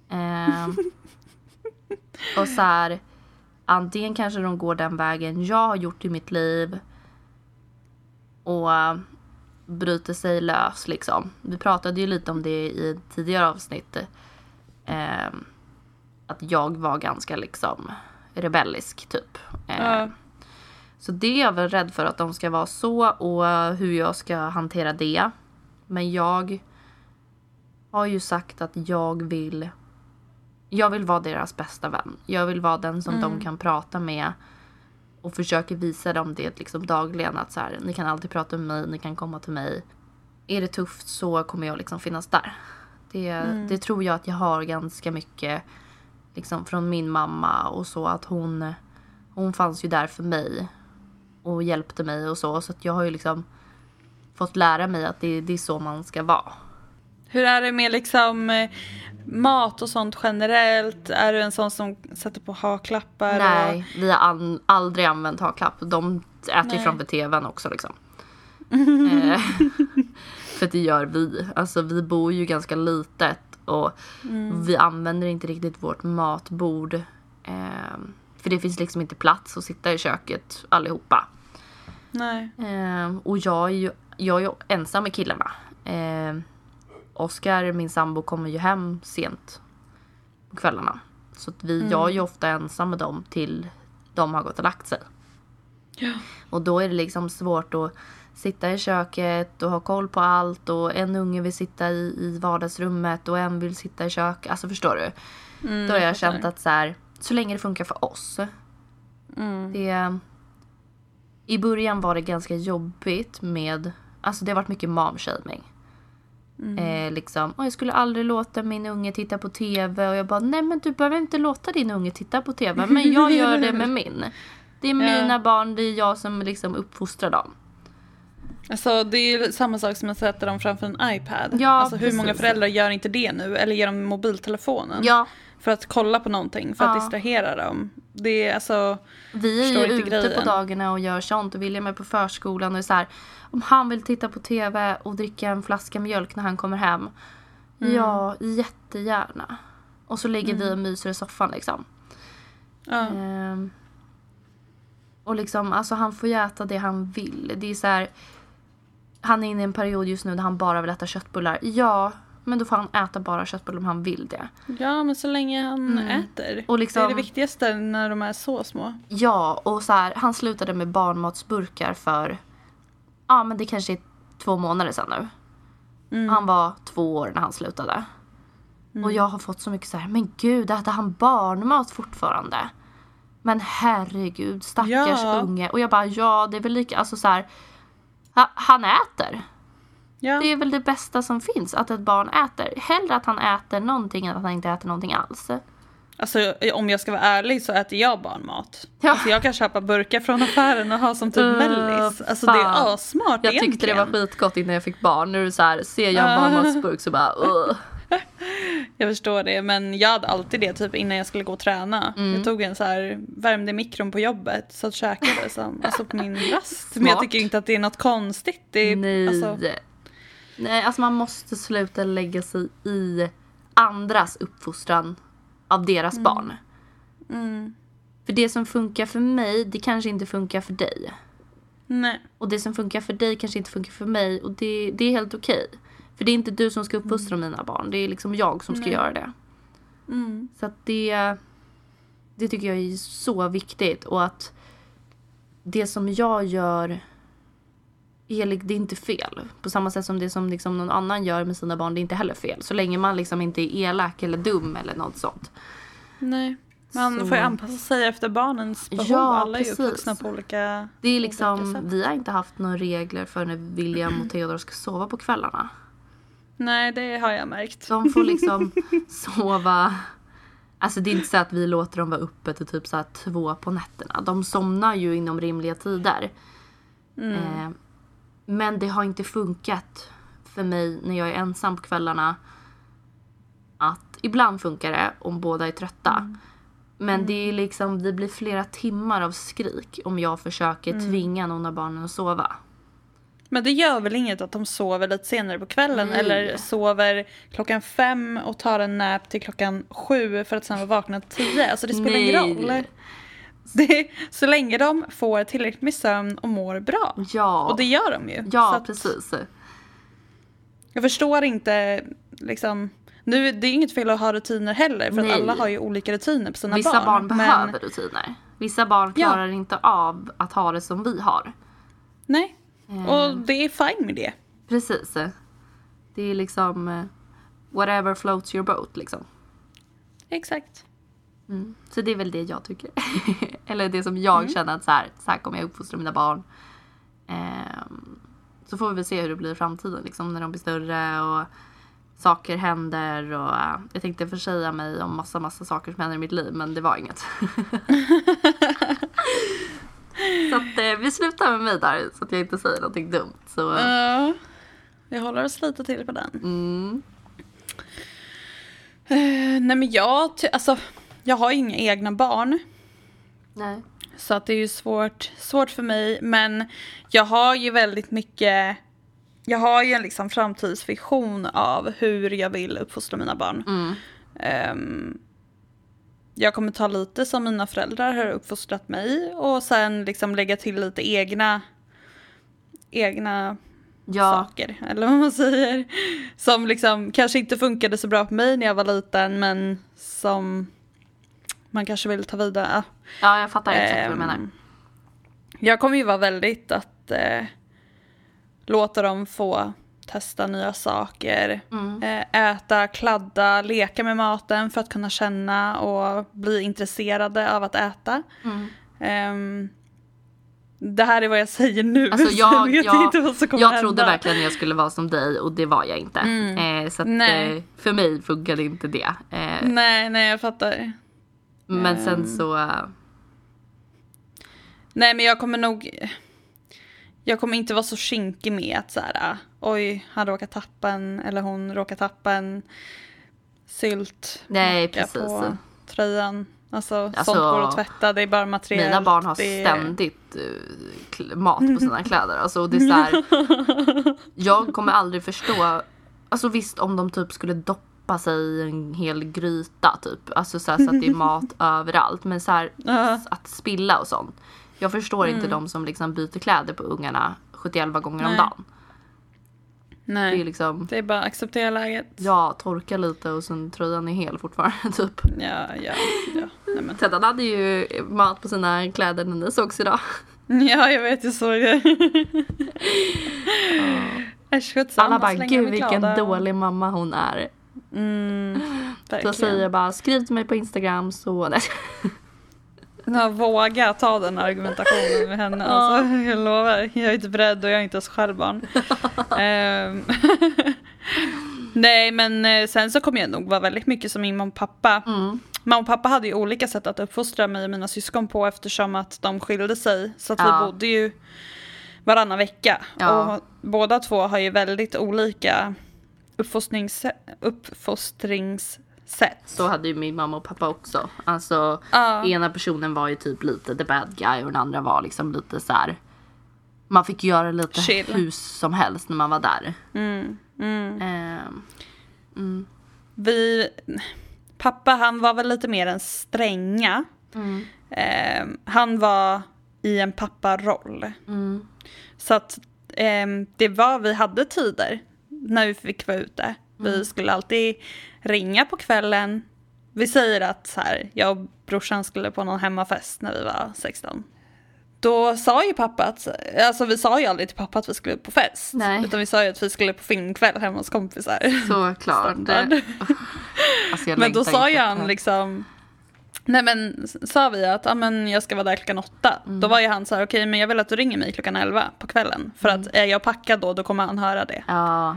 Och så här, antingen kanske de går den vägen jag har gjort i mitt liv och bryter sig lös liksom. Vi pratade ju lite om det i ett tidigare avsnitt. Att jag var ganska liksom rebellisk typ. Så det är jag väl rädd för, att de ska vara så, och hur jag ska hantera det. Men jag har ju sagt att jag vill vara deras bästa vän. Jag vill vara den som de kan prata med. Och försöker visa dem det liksom dagligen. Att så här, ni kan alltid prata med mig. Ni kan komma till mig. Är det tufft så kommer jag liksom finnas där. Det tror jag att jag har ganska mycket liksom från min mamma. Och så att hon fanns ju där för mig. Och hjälpte mig och så. Så att jag har ju liksom fått lära mig att det är så man ska vara. Hur är det med liksom mat och sånt generellt? Är du en sån som sätter på haklappar? Nej, vi har aldrig använt haklapp. De äter ju framför tvn också liksom. För det gör vi. Alltså vi bor ju ganska litet. Och vi använder inte riktigt vårt matbord För det finns liksom inte plats att sitta i köket allihopa. Nej. Och jag är ju ensam med killarna. Oskar, min sambo, kommer ju hem sent på kvällarna. Så att jag är ju ofta ensam med dem till de har gått och lagt sig. Ja. Och då är det liksom svårt att sitta i köket och ha koll på allt. Och en unge vill sitta i vardagsrummet och en vill sitta i köket. Alltså förstår du? Då har jag känt att så länge det funkar för oss. I början var det ganska jobbigt med... Alltså det har varit mycket momshaming. Liksom, jag skulle aldrig låta min unge titta på tv. Och jag bara, nej men du behöver inte låta din unge titta på tv. Men jag gör det med min. Det är mina barn, det är jag som liksom uppfostrar dem. Alltså det är ju samma sak som att sätta dem framför en iPad. Ja, alltså hur precis. många föräldrar gör inte det nu? Eller ger dem mobiltelefonen. Ja. För att kolla på någonting, för att distrahera dem. Det är alltså... Vi är ju ute på dagarna och gör sånt. Och William är på förskolan och är så här, om han vill titta på tv och dricka en flaska mjölk när han kommer hem. Ja, jättegärna. Och så lägger vi och myser i soffan liksom. Och liksom, alltså han får ju äta det han vill. Det är så här, han är inne i en period just nu där han bara vill äta köttbullar. Ja, men då får han äta bara köttbullar om han vill det. Ja, men så länge han äter. Och liksom, det är det viktigaste när de är så små. Ja, och så här, han slutade med barnmatsburkar för... Ja, men det kanske är 2 månader sedan nu. Han var 2 år när han slutade. Och jag har fått så mycket så här, men gud, äter han barnmat fortfarande? Men herregud, stackars unge. Och jag bara, det är väl lika... Alltså så här, han äter. Ja. Det är väl det bästa som finns, att ett barn äter. Hellre att han äter någonting än att han inte äter någonting alls. Alltså om jag ska vara ärlig så äter jag barnmat. Ja. Alltså jag kan köpa burkar från affären och ha som typ mellis. Alltså det är smart jag tyckte det var skitgott innan jag fick barn. Nu är det så här, ser jag en barnmatsburk så bara... Jag förstår det, men jag hade alltid det typ innan jag skulle gå och träna. Jag tog en så här, värmde mikron på jobbet så att käkade alltså på min rast. Men jag tycker inte att det är något konstigt. Det är, Nej, alltså man måste sluta lägga sig i andras uppfostran av deras barn. För det som funkar för mig, det kanske inte funkar för dig. Nej. Och det som funkar för dig kanske inte funkar för mig. Och det är helt okej. För det är inte du som ska uppfostra mina barn. Det är liksom jag som ska göra det. Så att det tycker jag är så viktigt. Och att det som jag gör, det är inte fel. På samma sätt som det som liksom någon annan gör med sina barn, det är inte heller fel. Så länge man liksom inte är elak eller dum eller något sånt. Nej. Man får ju anpassa sig efter barnens behov. Alla är ju uppvuxna på olika... Det är liksom, vi har inte haft några regler för när William och Theodor ska sova på kvällarna. Nej, det har jag märkt. De får liksom sova... Alltså det är inte så att vi låter dem vara uppe till typ så här 2 på nätterna. De somnar ju inom rimliga tider. Men det har inte funkat för mig när jag är ensam på kvällarna. Att ibland funkar det om båda är trötta. Men det är liksom, det blir flera timmar av skrik om jag försöker tvinga någon av barnen att sova. Men det gör väl inget att de sover lite senare på kvällen? Nej. Eller sover 5:00 och tar en nap till 7:00 för att sen vara vakna 10. Alltså det spelar ingen roll. Så länge de får tillräckligt med sömn och mår bra. Ja. Och det gör de ju. Ja, så att, precis. Jag förstår inte liksom... Nu, det är inget fel att ha rutiner heller. För att alla har ju olika rutiner på sina barn. Vissa barn behöver rutiner. Vissa barn klarar inte av att ha det som vi har. Nej. Och det är fine med det. Precis. Det är liksom whatever floats your boat liksom. Exakt. Så det är väl det jag tycker. Eller det som jag känner att så här kommer jag uppfostra mina barn. Så får vi väl se hur det blir i framtiden liksom, när de blir större och saker händer. Och jag tänkte försäga mig om massa saker som händer i mitt liv, men det var inget. Så att vi slutar med mig där, så att jag inte säger någonting dumt. Så... vi håller oss lite till på den. Nej men jag har ju inga egna barn. Nej. Så att det är ju svårt för mig. Men jag har ju väldigt mycket... Jag har ju en liksom framtidsvision av hur jag vill uppfostra mina barn. jag kommer ta lite som mina föräldrar har uppfostrat mig och sen liksom lägga till lite egna saker, eller vad man säger, som liksom kanske inte funkade så bra på mig när jag var liten, men som man kanske vill ta vidare. Ja, jag fattar exakt vad du menar. Jag kommer ju vara väldigt att låta dem få testa nya saker, äta, kladda, leka med maten för att kunna känna och bli intresserade av att äta. Det här är vad jag säger nu. Alltså jag vet inte vad som kommer hända. trodde verkligen jag skulle vara som dig och det var jag inte. Så att, för mig funkade inte det. Nej, jag fattar. Men sen så... Nej, men jag kommer inte vara så kinkig med att så här, oj, han råkar tappa eller hon råkar tappa en sylt. Nej, precis. På tröjan. Alltså sånt går att tvätta, det är bara materiellt. Mina barn har ständigt mat på sina kläder. Alltså det är så här, jag kommer aldrig förstå. Alltså visst, om de typ skulle doppa sig i en hel gryta typ. Alltså så att det är mat överallt. Men så här, att spilla och sånt. Jag förstår inte de som liksom byter kläder på ungarna 71 gånger om dagen. Nej, det är liksom, det är bara att acceptera läget. Ja, torka lite och sen tröjan är hel fortfarande typ. Ja. Nej, men. Teddan hade ju mat på sina kläder när ni sågs idag. Ja, jag vet, jag såg det. Alla bara, gud vilken dålig mamma hon är. Så säger jag bara, skriv till mig på Instagram så... Jag vågar ta den argumentationen med henne. Alltså, jag lovar, jag är inte beredd och jag är inte ens själv barn. Nej, men sen så kommer jag nog vara väldigt mycket som min mamma och pappa. Mamma och pappa hade ju olika sätt att uppfostra mig och mina syskon på, eftersom att de skilde sig. Så att vi bodde ju varannan vecka. Och båda två har ju väldigt olika uppfostringssätt. Så hade ju min mamma och pappa också. Alltså ena personen var ju typ lite the bad guy och den andra var liksom lite så här. Man fick göra lite chill. Hus som helst när man var där. Pappa, han var väl lite mer än stränga. Han var i en papparoll. Så att vi hade tider när vi fick vara ute. Vi skulle alltid ringa på kvällen. Vi säger att så här, jag och brorsan skulle på någon hemmafest när vi var 16. Då sa ju pappa att, alltså vi sa ju aldrig till pappa att vi skulle på fest. Nej. Utan vi sa ju att vi skulle på filmkväll hemma hos kompisar. Såklart. Alltså men då sa ju han liksom, nej men sa vi att jag ska vara där klockan 8. Då var ju han så här, okej, men jag vill att du ringer mig klockan 11 på kvällen. För att är jag packad då kommer han höra det. Ja.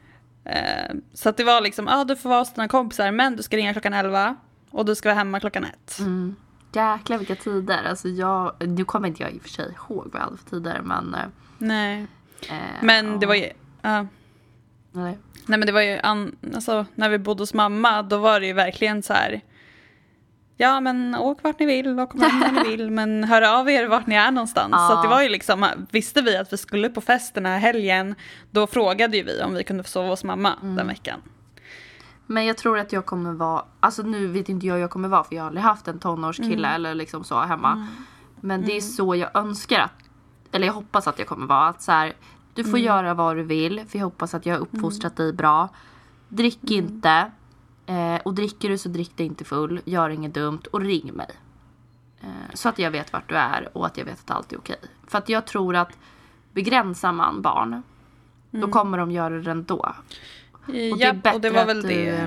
Så att det var liksom, du får vara hos dina kompisar, men du ska ringa klockan 11 och du ska vara hemma klockan 1. Jäklar vilka tider. Alltså nu kommer inte jag i och för sig ihåg vad jag hade för tider, men nej. Men det var ju nej, men det var ju alltså, när vi bodde hos mamma, då var det ju verkligen så här, ja men åk vart ni vill och kom hem när ni vill, men hör av er vart ni är någonstans. Så att det var ju liksom, visste vi att vi skulle på fest den här helgen, då frågade ju vi om vi kunde få sova hos mamma den veckan. Men jag tror att jag kommer vara, alltså nu vet inte jag kommer vara, för jag har aldrig haft en tonårskille eller liksom så hemma. Men det är så jag önskar att, eller jag hoppas att jag kommer vara, att så här, du får göra vad du vill, för jag hoppas att jag har uppfostrat dig bra. Drick inte. Och dricker du så drick dig inte full. Gör inget dumt och ring mig. Så att jag vet vart du är och att jag vet att allt är okej. För att jag tror att begränsar man barn, då kommer de göra det ändå. Och det är bättre och det var väl att du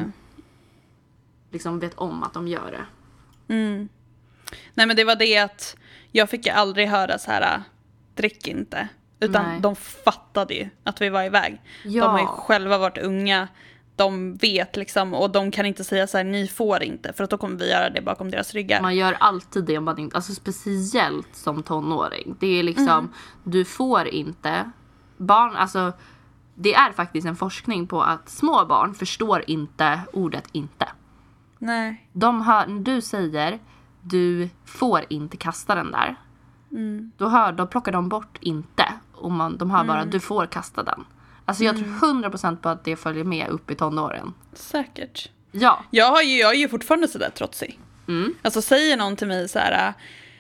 liksom vet om att de gör det. Nej, men det var det att jag fick aldrig höra så här, drick inte. Utan de fattade ju att vi var iväg. De har ju själva varit unga. De vet liksom, och de kan inte säga så här, ni får inte, för att då kommer vi göra det bakom deras ryggar. Man gör alltid det man inte, alltså speciellt som tonåring. Det är liksom, du får inte. Barn, alltså det är faktiskt en forskning på att små barn förstår inte ordet inte. Nej. De hör, när du säger du får inte kasta den där, då plockar de bort inte. Och de hör bara du får kasta den. Alltså jag tror 100% på att det följer med upp i tonåren. Säkert. Ja. Jag är ju fortfarande sådär trotsig. Alltså säger någon till mig så här,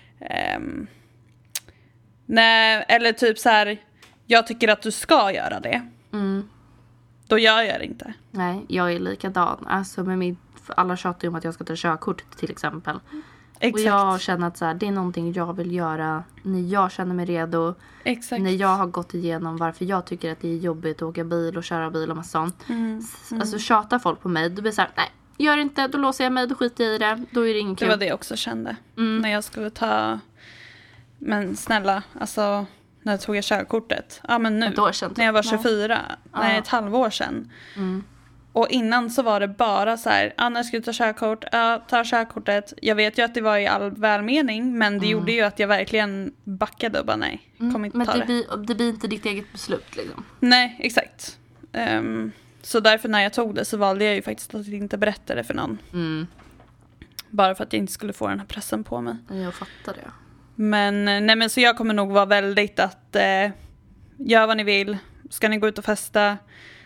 nej, eller typ så här, jag tycker att du ska göra det. Då gör jag det inte. Nej, jag är likadan. Alltså med alla tjatar om att jag ska ta körkort till exempel. Exakt. Och jag känner att så här, det är någonting jag vill göra när jag känner mig redo. Exakt. När jag har gått igenom varför jag tycker att det är jobbigt att åka bil och köra bil och massa sånt. Alltså tjatar folk på mig, då blir det så här, nej, gör inte, då låser jag mig, då skiter jag i det. Då är det ingen kul. Det var det jag också kände. När jag skulle ta, men snälla, alltså när tog jag körkortet? Ja men nu, när jag var 24, nej, ett halvår sedan. Och innan så var det bara så här, när jag skulle ta körkort, ta körkortet. Jag vet ju att det var i all välmening, men det gjorde ju att jag verkligen backade och bara nej, kommer inte ta det. Men det blir inte ditt eget beslut liksom. Nej, exakt. Så därför när jag tog det så valde jag ju faktiskt att inte berätta det för någon. Bara för att jag inte skulle få den här pressen på mig. Jag fattar det. Men så jag kommer nog vara väldigt att gör vad ni vill. Ska ni gå ut och festa?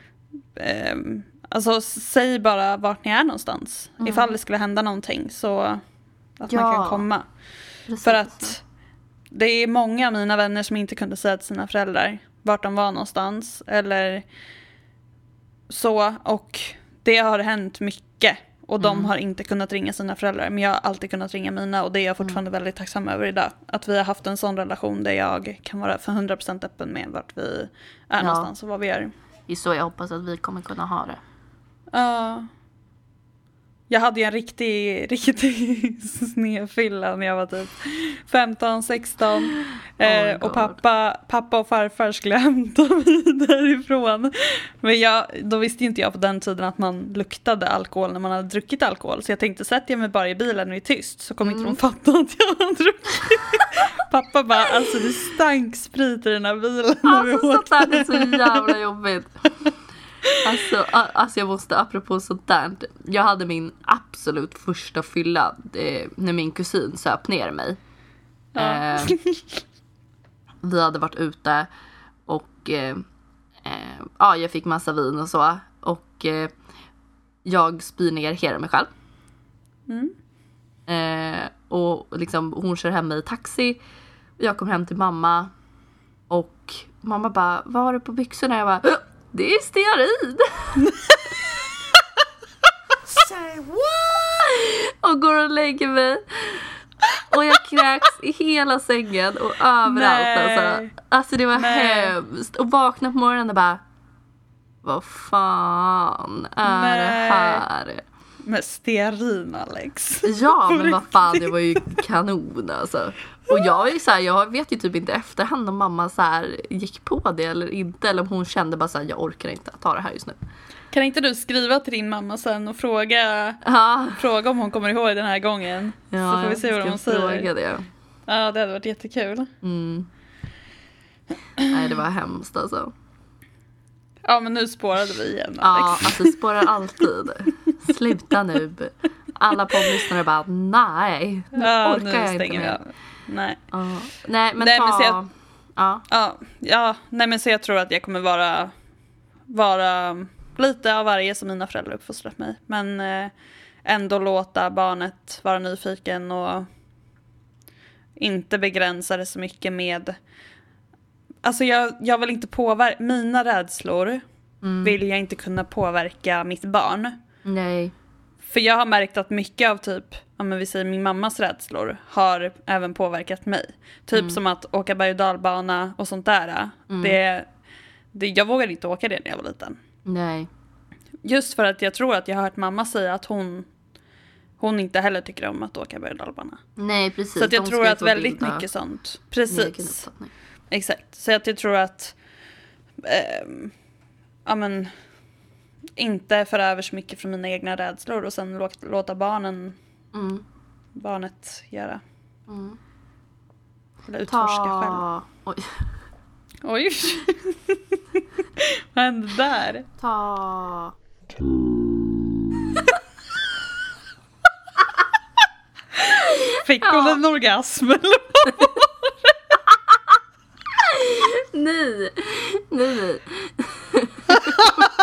Alltså säg bara vart ni är någonstans. Ifall det skulle hända någonting så att man kan komma. Precis. För att det är många av mina vänner som inte kunde säga till sina föräldrar vart de var någonstans. Eller så. Och det har hänt mycket. Och de har inte kunnat ringa sina föräldrar. Men jag har alltid kunnat ringa mina. Och det är jag fortfarande väldigt tacksam över idag. Att vi har haft en sån relation där jag kan vara för 100% öppen med vart vi är någonstans och vad vi gör. Det är så jag hoppas att vi kommer kunna ha det. Ja. Jag hade ju en riktig snedfylla när jag var typ 15-16. Och pappa och farfar skulle hämta mig därifrån. Men då visste inte jag på den tiden att man luktade alkohol när man hade druckit alkohol. Så jag tänkte, sätter jag mig bara i bilen och är tyst så kommer inte de fatta att jag har druckit. Pappa bara, alltså det stank sprit i den här bilen när vi åkte. Alltså sånt där är så jävla jobbigt. Alltså jag måste, apropå sånt där. Jag hade min absolut första fylla när min kusin söp ner mig. Vi hade varit ute och jag fick massa vin och så. Och jag spyr ner hela mig själv. Och liksom hon kör hem mig i taxi. Jag kom hem till mamma. Och mamma bara, vad har du på byxorna? Jag bara, det är stearin. Say what? Och går och lägger mig. Och jag kräks i hela sängen och överallt. Alltså det var hemskt. Och vakna på morgonen och bara, vad fan är det här? Med stearin, Alex. Ja, men vad fan, det var ju kanon alltså. Och jag är så här, jag vet ju typ inte efterhand om mamma så här gick på det eller inte. Eller om hon kände bara så här, jag orkar inte ta det här just nu. Kan inte du skriva till din mamma sen och fråga om hon kommer ihåg den här gången? Ja, så får vi se vad hon säger. Fråga det. Ja, det hade varit jättekul. Nej, det var hemskt alltså. Ja, men nu spårade vi igen, Alex. Ja, alltså spårar alltid. Sluta nu. Alla poddlyssnare bara, nej. Nu orkar jag inte mer. Nej. Nej, men men så jag tror att jag kommer vara lite av varje som mina föräldrar uppfostrat mig. Men ändå låta barnet vara nyfiken och inte begränsa det så mycket med... Alltså jag vill inte påverka... Mina rädslor vill jag inte kunna påverka mitt barn. Nej. För jag har märkt att mycket av typ, vi säger min mammas rädslor har även påverkat mig. Typ som att åka berg- och dalbana och sånt där. Jag vågade inte åka det när jag var liten. Nej. Just för att jag tror att jag har hört mamma säga att hon inte heller tycker om att åka berg- och dalbana. Nej, precis. Så att jag tror att väldigt mycket sånt. Precis. Exakt. Så att jag tror att inte föra över så mycket från mina egna rädslor och sen låta barnet göra. Eller utforska själv. Oj. Vad hände där? Fick hon en orgasm eller? Nej.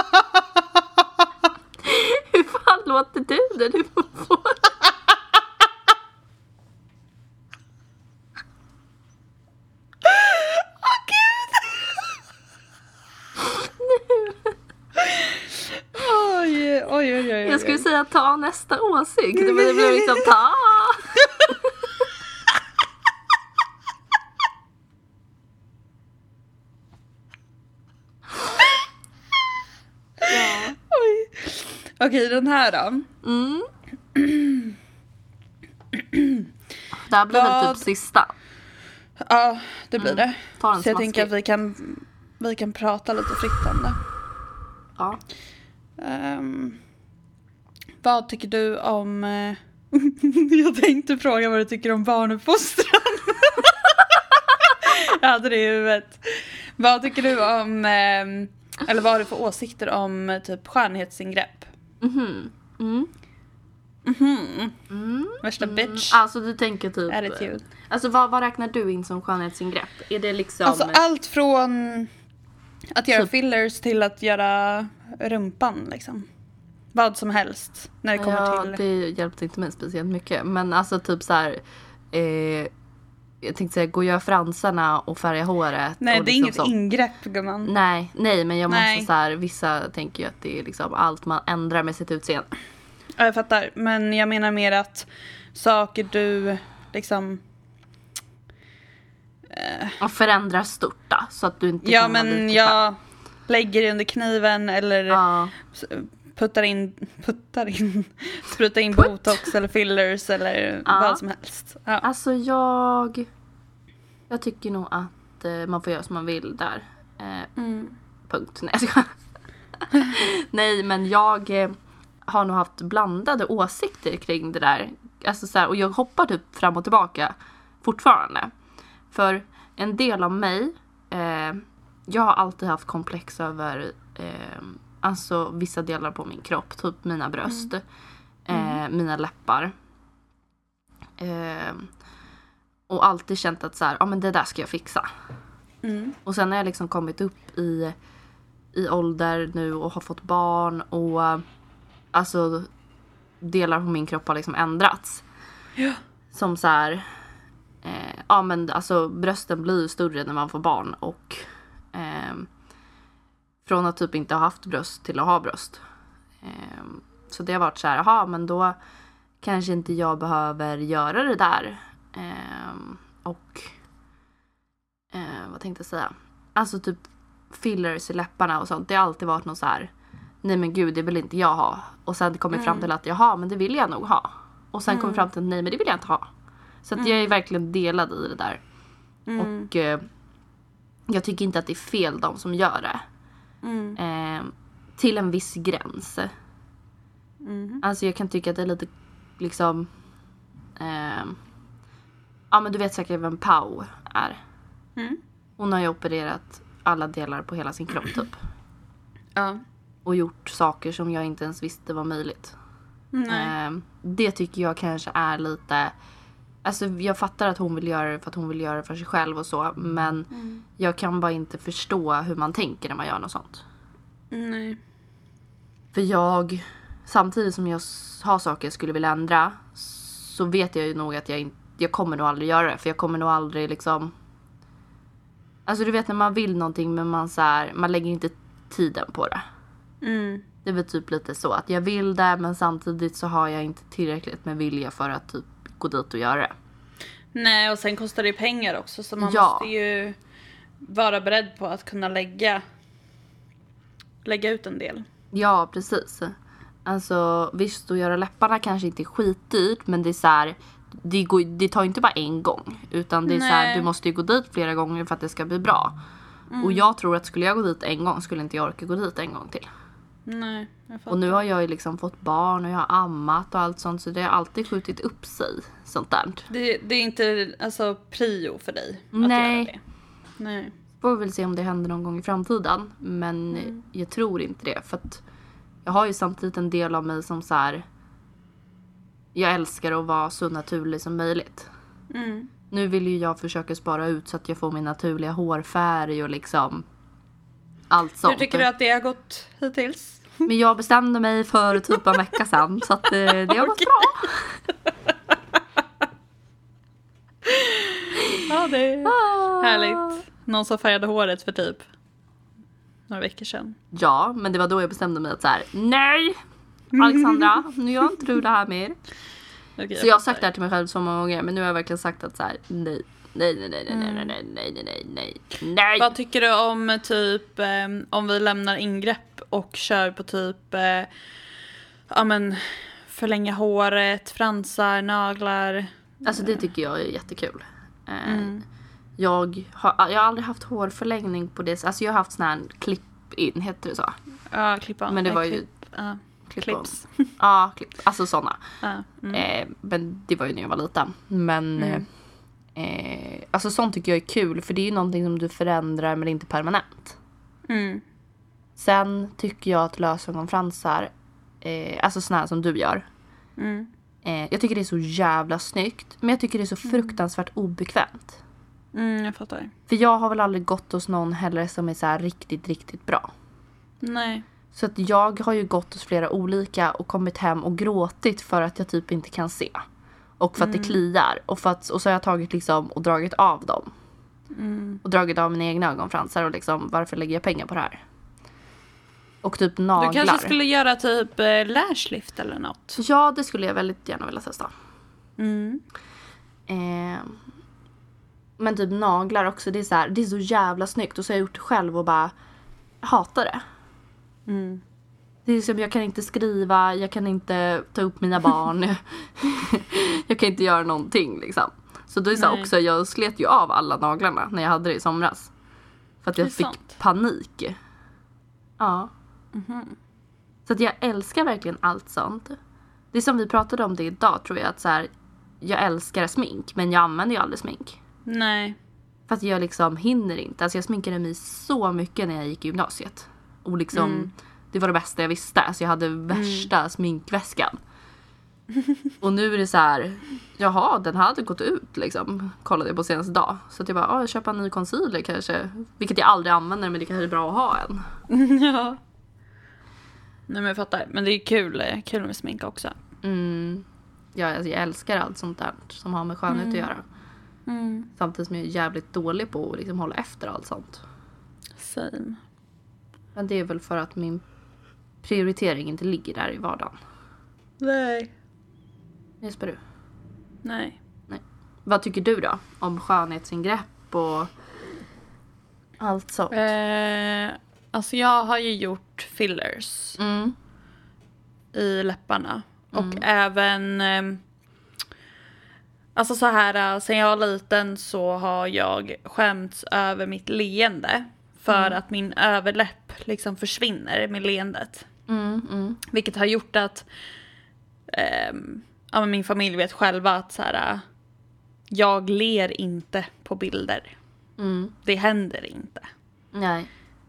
Hur fan låter du när du får? jag skulle säga ta nästa åsikt. Men det blev liksom ta. Ja. Okej, den här då. Det här blir väl typ sista. Ja, det blir det. Ta en så jag tänker att vi kan prata lite fritt om det. Ja. Vad tycker du om... jag tänkte fråga vad du tycker om barnuppfostran. Jag hade det i huvudet. Vad tycker du om... eller vad har du för åsikter om typ skönhetsingrepp? Värsta bitch. Alltså du tänker typ... Attitude. Alltså vad räknar du in som skönhetsingrepp? Är det liksom... Alltså allt från att göra fillers till att göra rumpan liksom. Vad som helst när det kommer till... det hjälpte inte mig speciellt mycket. Men alltså typ så här... jag tänkte säga, gå och göra fransarna och färga håret. Nej, och det är liksom inget så. ingrepp, gumman. Nej, men jag måste så här... Vissa tänker ju att det är liksom allt man ändrar med sitt utseende. Ja, jag fattar. Men jag menar mer att saker du liksom... Och förändrar stort då, så att du inte Ja, kommer men bli jag lägger det under kniven eller sprutar in botox eller fillers eller vad som helst. Ja. Alltså jag tycker nog att man får göra som man vill där. Punkt. Nej, jag skojar. Nej, men jag har nog haft blandade åsikter kring det där. Alltså så här, och jag hoppar typ fram och tillbaka fortfarande. För en del av mig, jag har alltid haft komplex över alltså vissa delar på min kropp. Typ mina bröst, mina läppar. Och alltid känt att så här, men det där ska jag fixa. Och sen har jag liksom kommit upp i ålder nu och har fått barn. Och alltså delar på min kropp har liksom ändrats. Ja. Som så här... men alltså brösten blir ju större när man får barn. Och från att typ inte ha haft bröst till att ha bröst. Så det har varit så här, men då kanske inte jag behöver göra det där. Och vad tänkte jag säga? Alltså typ fillers i läpparna och sånt. Det har alltid varit något så här, nej men gud, det vill inte jag ha. Och sen kommer jag fram till att men det vill jag nog ha. Och sen kommer jag fram till nej, men det vill jag inte ha. Så att jag är verkligen delad i det där. Och jag tycker inte att det är fel de som gör det. Till en viss gräns. Alltså jag kan tycka att det är lite liksom... men du vet säkert vem Pau är. Hon har ju opererat alla delar på hela sin kropp typ. Ja. Och gjort saker som jag inte ens visste var möjligt. Det tycker jag kanske är lite... Alltså jag fattar att hon vill göra det för att hon vill göra det för sig själv och så. Men jag kan bara inte förstå hur man tänker när man gör något sånt. Nej. För samtidigt som jag har saker jag skulle vilja ändra, så vet jag ju nog att jag kommer nog aldrig göra det. För jag kommer nog aldrig liksom... Alltså du vet när man vill någonting men man lägger inte tiden på det. Det är väl typ lite så att jag vill det, men samtidigt så har jag inte tillräckligt med vilja för att typ gå dit och göra det. Nej, och sen kostar det pengar också. Så man måste ju vara beredd på att kunna lägga ut en del. Ja, precis. Alltså visst, att göra läpparna kanske inte är skitdyrt, men det är så här, det tar inte bara en gång. Utan det är så här, du måste ju gå dit flera gånger för att det ska bli bra. Och jag tror att skulle jag gå dit en gång skulle inte jag orka gå dit en gång till. Nej, jag fattar. Och nu har jag ju liksom fått barn och jag har ammat och allt sånt, så det har alltid skjutit upp sig, sånt där. Det är inte alltså prio för dig att Nej. göra det. Nej. Får väl se om det händer någon gång i framtiden, men jag tror inte det, för att jag har ju samtidigt en del av mig som så här, jag älskar att vara så naturlig som möjligt. Nu vill ju jag försöka spara ut så att jag får min naturliga hårfärg och liksom allt sånt. Hur tycker du att det har gått hittills? Men jag bestämde mig för typ en vecka sedan, så att det har gått bra. Ja, det är härligt. Någon som färgade håret för typ några veckor sedan. Ja, men det var då jag bestämde mig att så här, nej, Alexandra, nu gör inte du det här mer. Okay, så jag har sagt det här till mig själv så många gånger. Men nu har jag verkligen sagt att så här, nej. Vad tycker du om typ om vi lämnar ingrepp och kör på typ förlänga håret, fransar, naglar? Alltså det tycker jag är jättekul. Jag har aldrig haft hårförlängning på det. Alltså jag har haft sån här klipp-in, heter det så? Ja, klipp-on. Men det var ju clips. Ja, klipp. Alltså såna. Men det var ju när jag var liten. Men alltså sånt tycker jag är kul. För det är ju någonting som du förändrar men inte permanent. Sen tycker jag att lösögonfransar, alltså såna här som du gör. Jag tycker det är så jävla snyggt. Men jag tycker det är så fruktansvärt obekvämt. Jag fattar. För jag har väl aldrig gått hos någon heller som är så här riktigt, riktigt bra. Nej. Så att jag har ju gått hos flera olika och kommit hem och gråtit för att jag typ inte kan se. Och för att det kliar. Och så har jag tagit liksom och dragit av dem. Och dragit av mina egna ögonfransar och liksom, varför lägger jag pengar på det här? Och typ naglar. Du kanske skulle göra typ lashlift eller något? Ja, det skulle jag väldigt gärna vilja testa. Men typ naglar också, det är så här, det är så jävla snyggt. Och så har jag gjort det själv och bara hatar det. Det är som, jag kan inte skriva, jag kan inte ta upp mina barn. Jag kan inte göra någonting liksom. Så då är det så också, jag slet ju av alla naglarna när jag hade det i somras. För att jag fick panik. Ja. Så att jag älskar verkligen allt sånt. Det är som vi pratade om det idag, tror jag, att så här, jag älskar smink, men jag använder ju aldrig smink. Nej. För att jag liksom hinner inte. Alltså jag sminkade mig så mycket när jag gick i gymnasiet. Och liksom, det var det bästa jag visste. Alltså jag hade värsta sminkväskan. Och nu är det så här, jaha, den hade gått ut liksom. Kollade jag på senaste dag. Så att jag bara, jag köper en ny concealer kanske. Vilket jag aldrig använder, men det kanske är bra att ha en. Ja. Nej, men jag fattar. Men det är kul med smink också. Ja, alltså jag älskar allt sånt där som har med skönhet att göra. Samtidigt som jag är jävligt dålig på att liksom hålla efter allt sånt. Same. Men det är väl för att min prioritering inte ligger där i vardagen. Nej. Jesper, du? Nej. Vad tycker du då om skönhetsingrepp och allt sånt? Alltså jag har ju gjort fillers i läpparna. Och även alltså så här, sen jag var liten så har jag skämts över mitt leende. För att min överläpp liksom försvinner med leendet. Vilket har gjort att min familj vet själva att så här, jag ler inte på bilder. Det händer inte. Nej.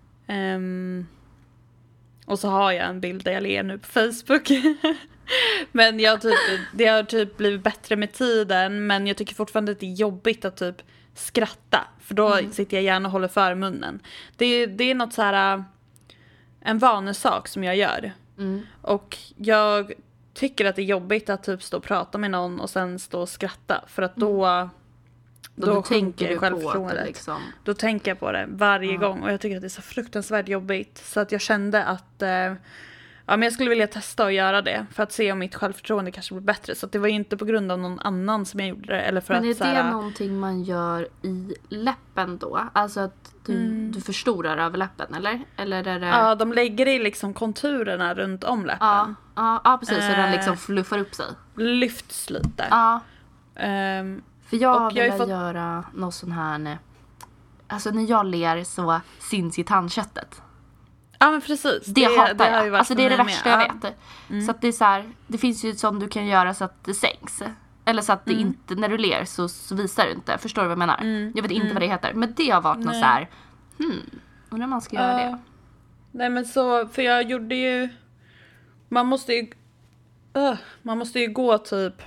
Och så har jag en bild där jag ler nu på Facebook. Men det har typ blivit bättre med tiden. Men jag tycker fortfarande att det är jobbigt att typ skratta. För då sitter jag gärna och håller för munnen. Det är något så här, en vanesak som jag gör. Och jag tycker att det är jobbigt att typ stå och prata med någon och sen stå och skratta. För att då sjunker självförtroendet. Liksom. Då tänker jag på det varje gång. Och jag tycker att det är så fruktansvärt jobbigt. Så att jag kände att men jag skulle vilja testa att göra det. För att se om mitt självförtroende kanske blir bättre. Så att det var ju inte på grund av någon annan som jag gjorde det. Eller för men är att, det någonting man gör i läppen då? Alltså att du förstorar över läppen, eller? Eller är det... Ja, de lägger i liksom konturerna runt om läppen. Ja, precis. Så den liksom fluffar upp sig. Lyfts lite. Ja. För jag vill göra något sån här... Alltså när jag ler så syns ju tandköttet. Ja, men precis. Det hatar jag. Ju alltså det är det värsta jag vet. Så att det är så här, det finns ju sånt du kan göra så att det sänks. Eller så att det inte, när du ler så visar du inte. Förstår du vad jag menar? Jag vet inte vad det heter. Men det har varit något så här, undrar om man ska göra det. Nej, men så, för jag gjorde ju, man måste ju gå typ,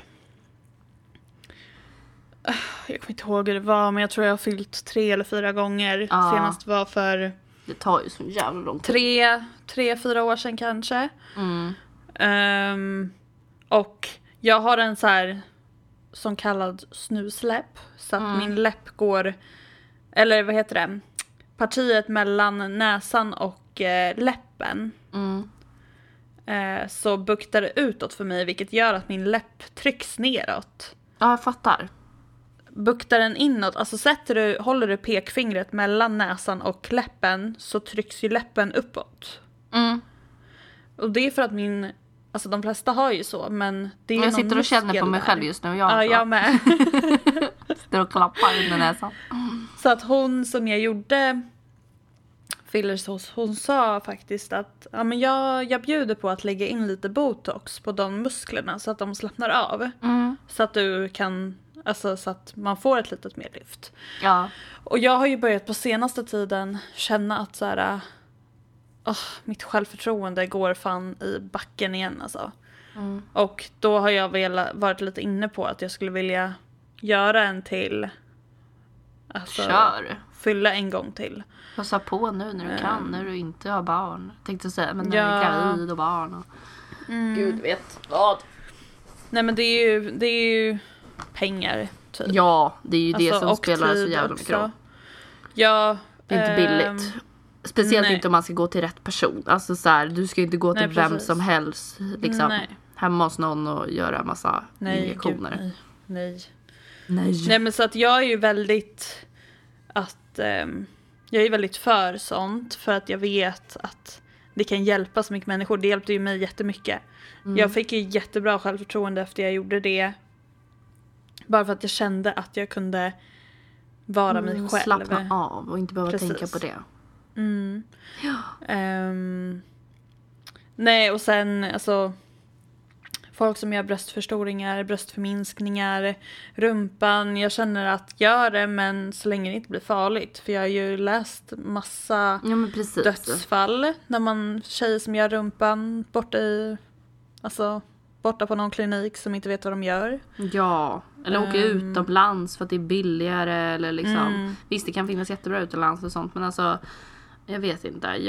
jag kommer inte ihåg hur det var, men jag tror jag har fyllt 3 eller 4 gånger. Senast var för... Det tar ju så jävla lång tid. 3-4 år sedan kanske. Och jag har en så här som kallad snusläpp. Så att min läpp går, eller vad heter det? Partiet mellan näsan och läppen. så buktar det utåt för mig, vilket gör att min läpp trycks neråt. Ja, jag fattar. Buktar den inåt, alltså håller du pekfingret mellan näsan och läppen så trycks ju läppen uppåt. Och det är för att alltså de flesta har ju så, men det är jag sitter och känner på mig själv just nu. Jag med. Sitter och klappar under näsan. Så att hon som jag gjorde fillers hos, hon sa faktiskt att men jag bjuder på att lägga in lite botox på de musklerna så att de slappnar av. Så att du kan, alltså så att man får ett litet mer lyft. Ja. Och jag har ju börjat på senaste tiden känna att så här, mitt självförtroende går fan i backen igen alltså. Och då har jag varit lite inne på att jag skulle vilja göra en till. Alltså, kör. Fylla en gång till. Passa på nu när du kan, när du inte har barn. Tänkte säga, men när du är gravid och barn. Och... Gud vet vad. Nej men det är ju pengar typ. Ja, det är ju det alltså, som spelar så jävla mycket roll. Ja, det är inte billigt. Speciellt inte om man ska gå till rätt person. Alltså så här, du ska inte gå till vem som helst liksom, hemma hos någon och göra massa injektioner. Gud, nej men så att jag är ju väldigt jag är väldigt för sånt, för att jag vet att det kan hjälpa så mycket människor. Det hjälpte ju mig jättemycket. Jag fick ju jättebra självförtroende efter jag gjorde det. Bara för att jag kände att jag kunde vara mig själv. Slappna av och inte behöva tänka på det. Nej, och sen alltså folk som gör bröstförstoringar, bröstförminskningar, rumpan. Jag känner att gör det, men så länge det inte blir farligt. För jag har ju läst massa dödsfall när tjejer som gör rumpan borta på någon klinik som inte vet vad de gör. Ja, eller åka utomlands för att det är billigare. Eller liksom. Visst, det kan finnas jättebra utomlands och sånt, men alltså jag vet inte.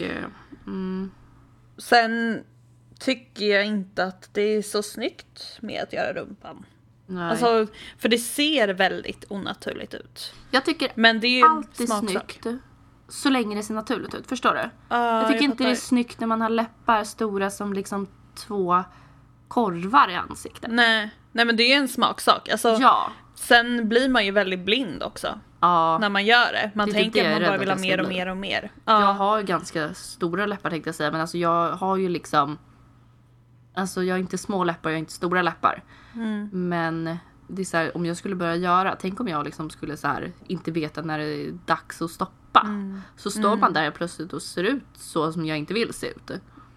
Sen tycker jag inte att det är så snyggt med att göra rumpan. Nej. Alltså, för det ser väldigt onaturligt ut. Jag tycker men det är ju allt är snyggt så länge det ser naturligt ut, förstår du? Jag tycker inte det är snyggt när man har läppar stora som liksom 2 korvar i ansiktet. Nej men det är en smaksak. Alltså, sen blir man ju väldigt blind också. När man gör det. Man tänker att man bara vill ha mer och mer och mer. Jag har ganska stora läppar, tänkte jag säga. Men alltså jag har ju liksom... Alltså jag har inte små läppar, jag har inte stora läppar. Men det är så här, om jag skulle börja göra... Tänk om jag liksom skulle så här, inte veta när det är dags att stoppa. Så står man där plötsligt och ser ut så som jag inte vill se ut.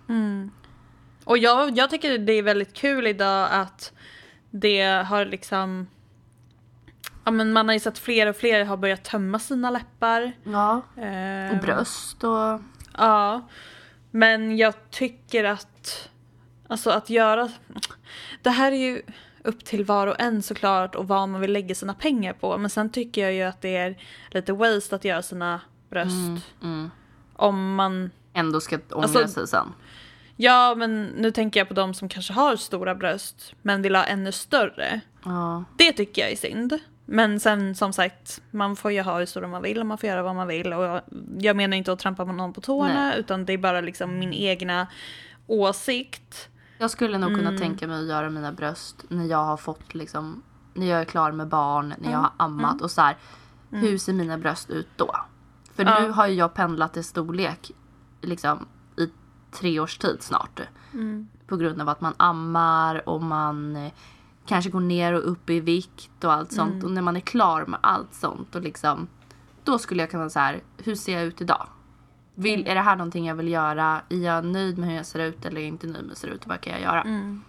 Och jag tycker det är väldigt kul idag att det har liksom... Ja, men man har ju sett fler och fler har börjat tömma sina läppar. Ja, och bröst och... Ja, men jag tycker att... Alltså att göra... Det här är ju upp till var och en såklart och vad man vill lägga sina pengar på. Men sen tycker jag ju att det är lite waste att göra sina bröst. Om man... Ändå ska ångra sig sen. Ja, men nu tänker jag på de som kanske har stora bröst men vill ha ännu större. Det tycker jag är synd. Men sen som sagt, man får ju ha hur stora man vill och man får göra vad man vill. Och jag menar inte att trampa någon på tårna, utan det är bara liksom min egna åsikt. Jag skulle nog kunna tänka mig att göra mina bröst när jag har fått liksom, när jag är klar med barn, när jag har ammat och så här. Hur ser mina bröst ut då? För nu har ju jag pendlat i storlek liksom i 3 års tid snart. På grund av att man ammar och man kanske går ner och upp i vikt och allt sånt. Och när man är klar med allt sånt och liksom, då skulle jag kunna så här, hur ser jag ut idag? Är det här någonting jag vill göra? Är jag nöjd med hur jag ser ut eller är jag inte nöjd med hur jag ser ut? Vad kan jag göra?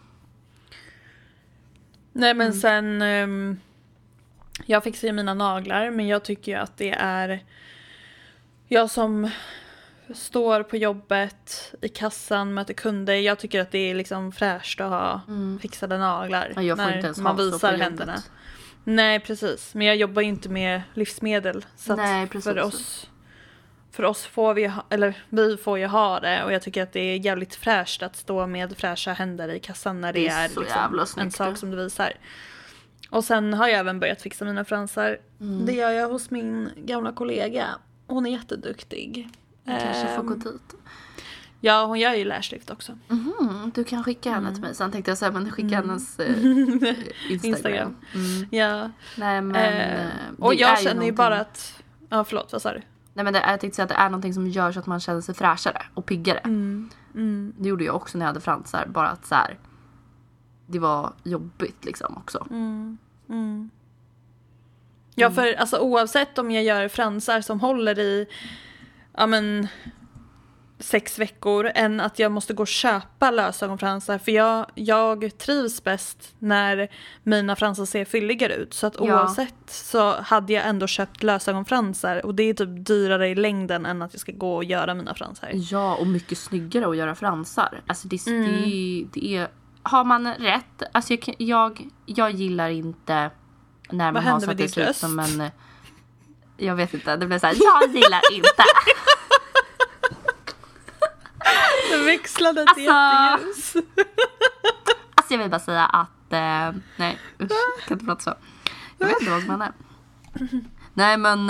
Nej men sen jag fixar ju mina naglar, men jag tycker ju att det är jag som står på jobbet i kassan, möter kunder. Jag tycker att det är liksom fräscht att ha fixade naglar. Jag får när inte ens man ha visar händerna. Nej, precis. Men jag jobbar ju inte med livsmedel. Så nej, att för oss får vi får ju ha det. Och jag tycker att det är jävligt fräscht att stå med fräscha händer i kassan när det är liksom en sak som du visar. Och sen har jag även börjat fixa mina fransar. Det gör jag hos min gamla kollega. Hon är jätteduktig. Kanske får gå dit. Ja, hon gör ju lashlift också. Du kan skicka henne till mig. Sen tänkte jag säga, men skicka hennes Instagram. Ja. Nej, men och jag känner ju någonting... bara att... Ja, förlåt, vad sa du? Nej, men jag tänkte säga att det är någonting som gör så att man känner sig fräschare och piggare. Det gjorde jag också när jag hade fransar. Bara att så här, det var jobbigt liksom också. Ja, för alltså, oavsett om jag gör fransar som håller i 6 veckor än att jag måste gå och köpa lösögonfransar, för jag trivs bäst när mina fransar ser fylligare ut, så att oavsett så hade jag ändå köpt lösögonfransar, och det är typ dyrare i längden än att jag ska gå och göra mina fransar. Ja, och mycket snyggare att göra fransar. Alltså det är har man rätt, alltså jag gillar inte när man har så att det ser ut som en, jag vet inte, det blir så här, jag gillar inte. Det växlade till jätteljus. Alltså jag vill bara säga att nej, usch, jag kan inte prata så. Jag vet inte vad som händer. Nej, men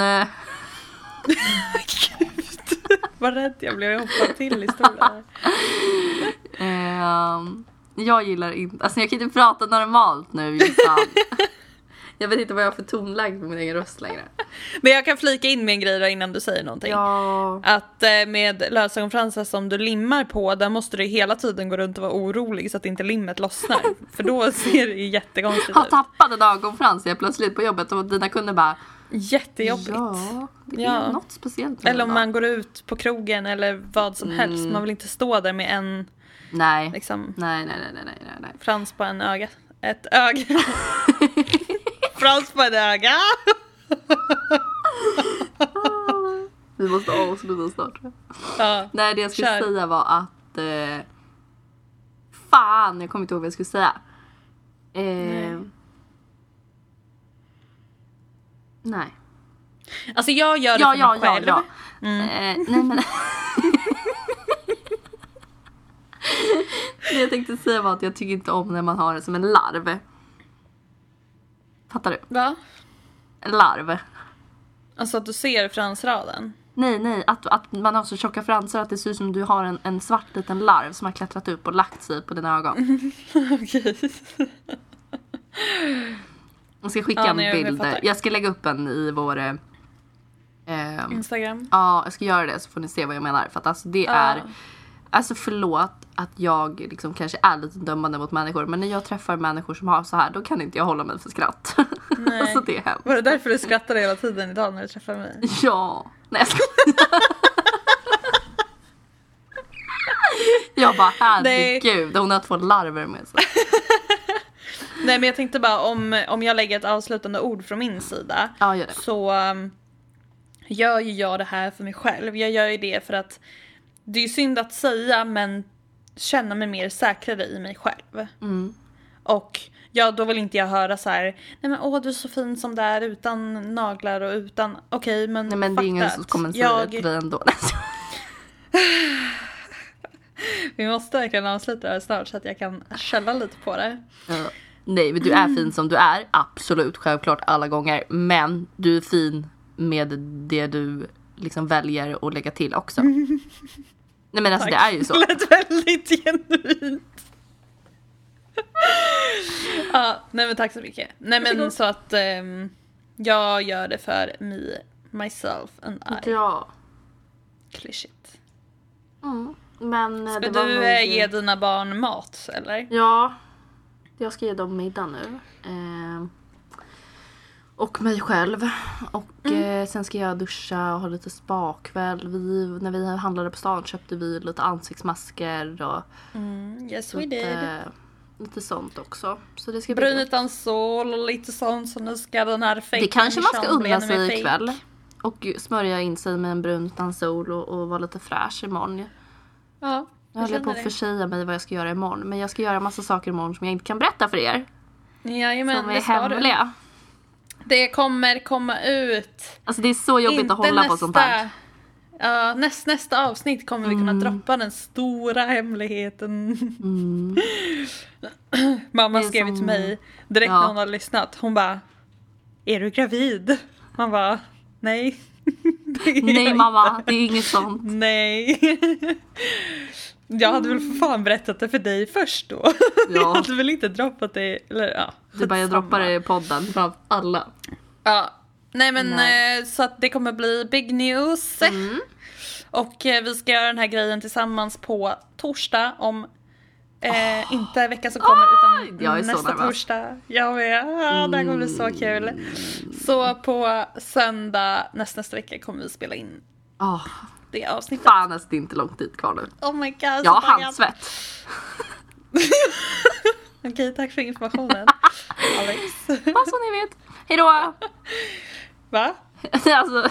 Gud, vad rädd jag blev. Jag hoppade till i stolen. Jag gillar inte, alltså jag kan inte prata normalt nu just. Jag vet inte vad jag har för tonläge på min egen röst längre. Men jag kan flika in med en grej då innan du säger någonting. Ja. Att med lösögonfransar som du limmar på, där måste du hela tiden gå runt och vara orolig så att inte limmet lossnar. För då ser det ju jättekonstigt ut. Har tappat en ögonfrans jag plötsligt på jobbet och dina kunder bara... Jättejobbigt. Ja, det är något speciellt. Eller om man går ut på krogen eller vad som helst. Man vill inte stå där med en... Nej. Liksom, Nej. frans på en öga. Ett öga. Frans på ett öga. Vi måste avsluta snart. Ja, nej, det jag skulle säga var att fan, jag kommer inte ihåg vad jag skulle säga. Nej. Alltså jag gör det för mig själv. Ja. Nej, men det jag tänkte säga var att jag tycker inte om när man har det som en larv. Fattar du? Va? En larv. Alltså att du ser fransraden? Nej, att man har så tjocka fransar att det ser ut som du har en svart liten larv som har klättrat upp och lagt sig på dina ögon. Okej. Jag ska skicka en bild. Jag ska lägga upp en i vår Instagram. Ja, jag ska göra det så får ni se vad jag menar. För att alltså det är... Alltså förlåt att jag liksom kanske är lite dömande mot människor. Men när jag träffar människor som har så här, då kan inte jag hålla mig för skratt. Nej. Alltså det är hemskt. Var det därför du skrattade hela tiden idag när du träffade mig? Ja. Nej, jag ska... Jag bara, herregud, hon har 2 larver med sig. Nej, men jag tänkte bara om jag lägger ett avslutande ord från min sida. Ja, gör det. Så gör ju jag det här för mig själv. Jag gör ju det för att det är ju synd att säga, men känna mig mer säkrare i mig själv. Och ja, då vill inte jag höra så här: nej men du är så fin som det är utan naglar och utan... Okej, men nej, men det är ingen som kommer säga det till dig ändå. Vi måste verkligen avsluta det här snart så att jag kan källa lite på det. Nej, men du är fin som du är. Absolut, självklart alla gånger. Men du är fin med det du liksom väljer att lägga till också. Nej, men alltså tack. Det är ju så. Det lät väldigt genuint. Ja, nej men tack så mycket. Nej men så att jag gör det för myself and I. Ja. Klyschigt. Men ska du ge dina barn mat, eller? Ja, jag ska ge dem middag nu. Och mig själv. Och sen ska jag duscha och ha lite spakväll. När vi handlade på stan köpte vi lite ansiktsmasker och yes we did. Lite sånt också. Så det ska brun utan sol och lite sånt, så nu ska den här fake. Det kanske man ska unna sig ikväll. Och smörja in sig med en brun utan sol och vara lite fräsch imorgon. Ja, jag håller på att försäga mig vad jag ska göra imorgon. Men jag ska göra massa saker imorgon som jag inte kan berätta för er. Jajamän, som är hemliga. Det kommer komma ut. Alltså det är så jobbigt inte att hålla på sånt här. Ja, nästa avsnitt kommer vi kunna droppa den stora hemligheten. Mamma skrev till mig direkt när hon hade lyssnat. Hon bara: är du gravid? Man bara: nej. Nej mamma, det är inget sånt. Nej. Jag hade väl för fan berättat det för dig först då. Ja. Jag hade väl inte droppat det. Eller, ja, Du bara, jag droppar det i podden för alla. Ja, nej men så att det kommer bli big news. Och vi ska göra den här grejen tillsammans på torsdag om inte veckan som kommer utan nästa torsdag. Jag vet, det här kommer bli så kul. Så på söndag nästa vecka kommer vi spela in det avsnittet. Fan, det är inte lång tid kvar nu. Oh my god. Jag har handsvett. Okej, tack för informationen, Alex. Bara så ni vet. Hejdå. Va? Alltså.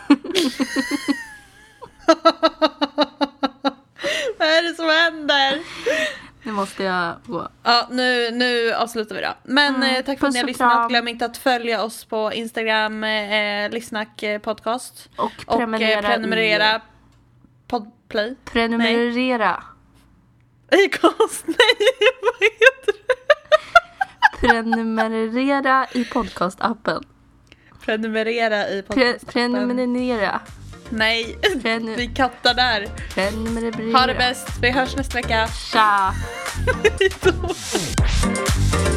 Vad är det som händer? Nu måste jag gå. Ja, nu avslutar vi då. Men tack för att ni har lyssnat. Glöm inte att följa oss på Instagram, Livsnack podcast. Och prenumerera. Podplay. Prenumerera. Acast, nej, vad heter det? Prenumerera i podcastappen. Prenumerera i podcastappen. Prenumerera. Nej, vi kattar där. Prenumerera. Ha det bäst, vi hörs nästa vecka. Tja. Hejdå.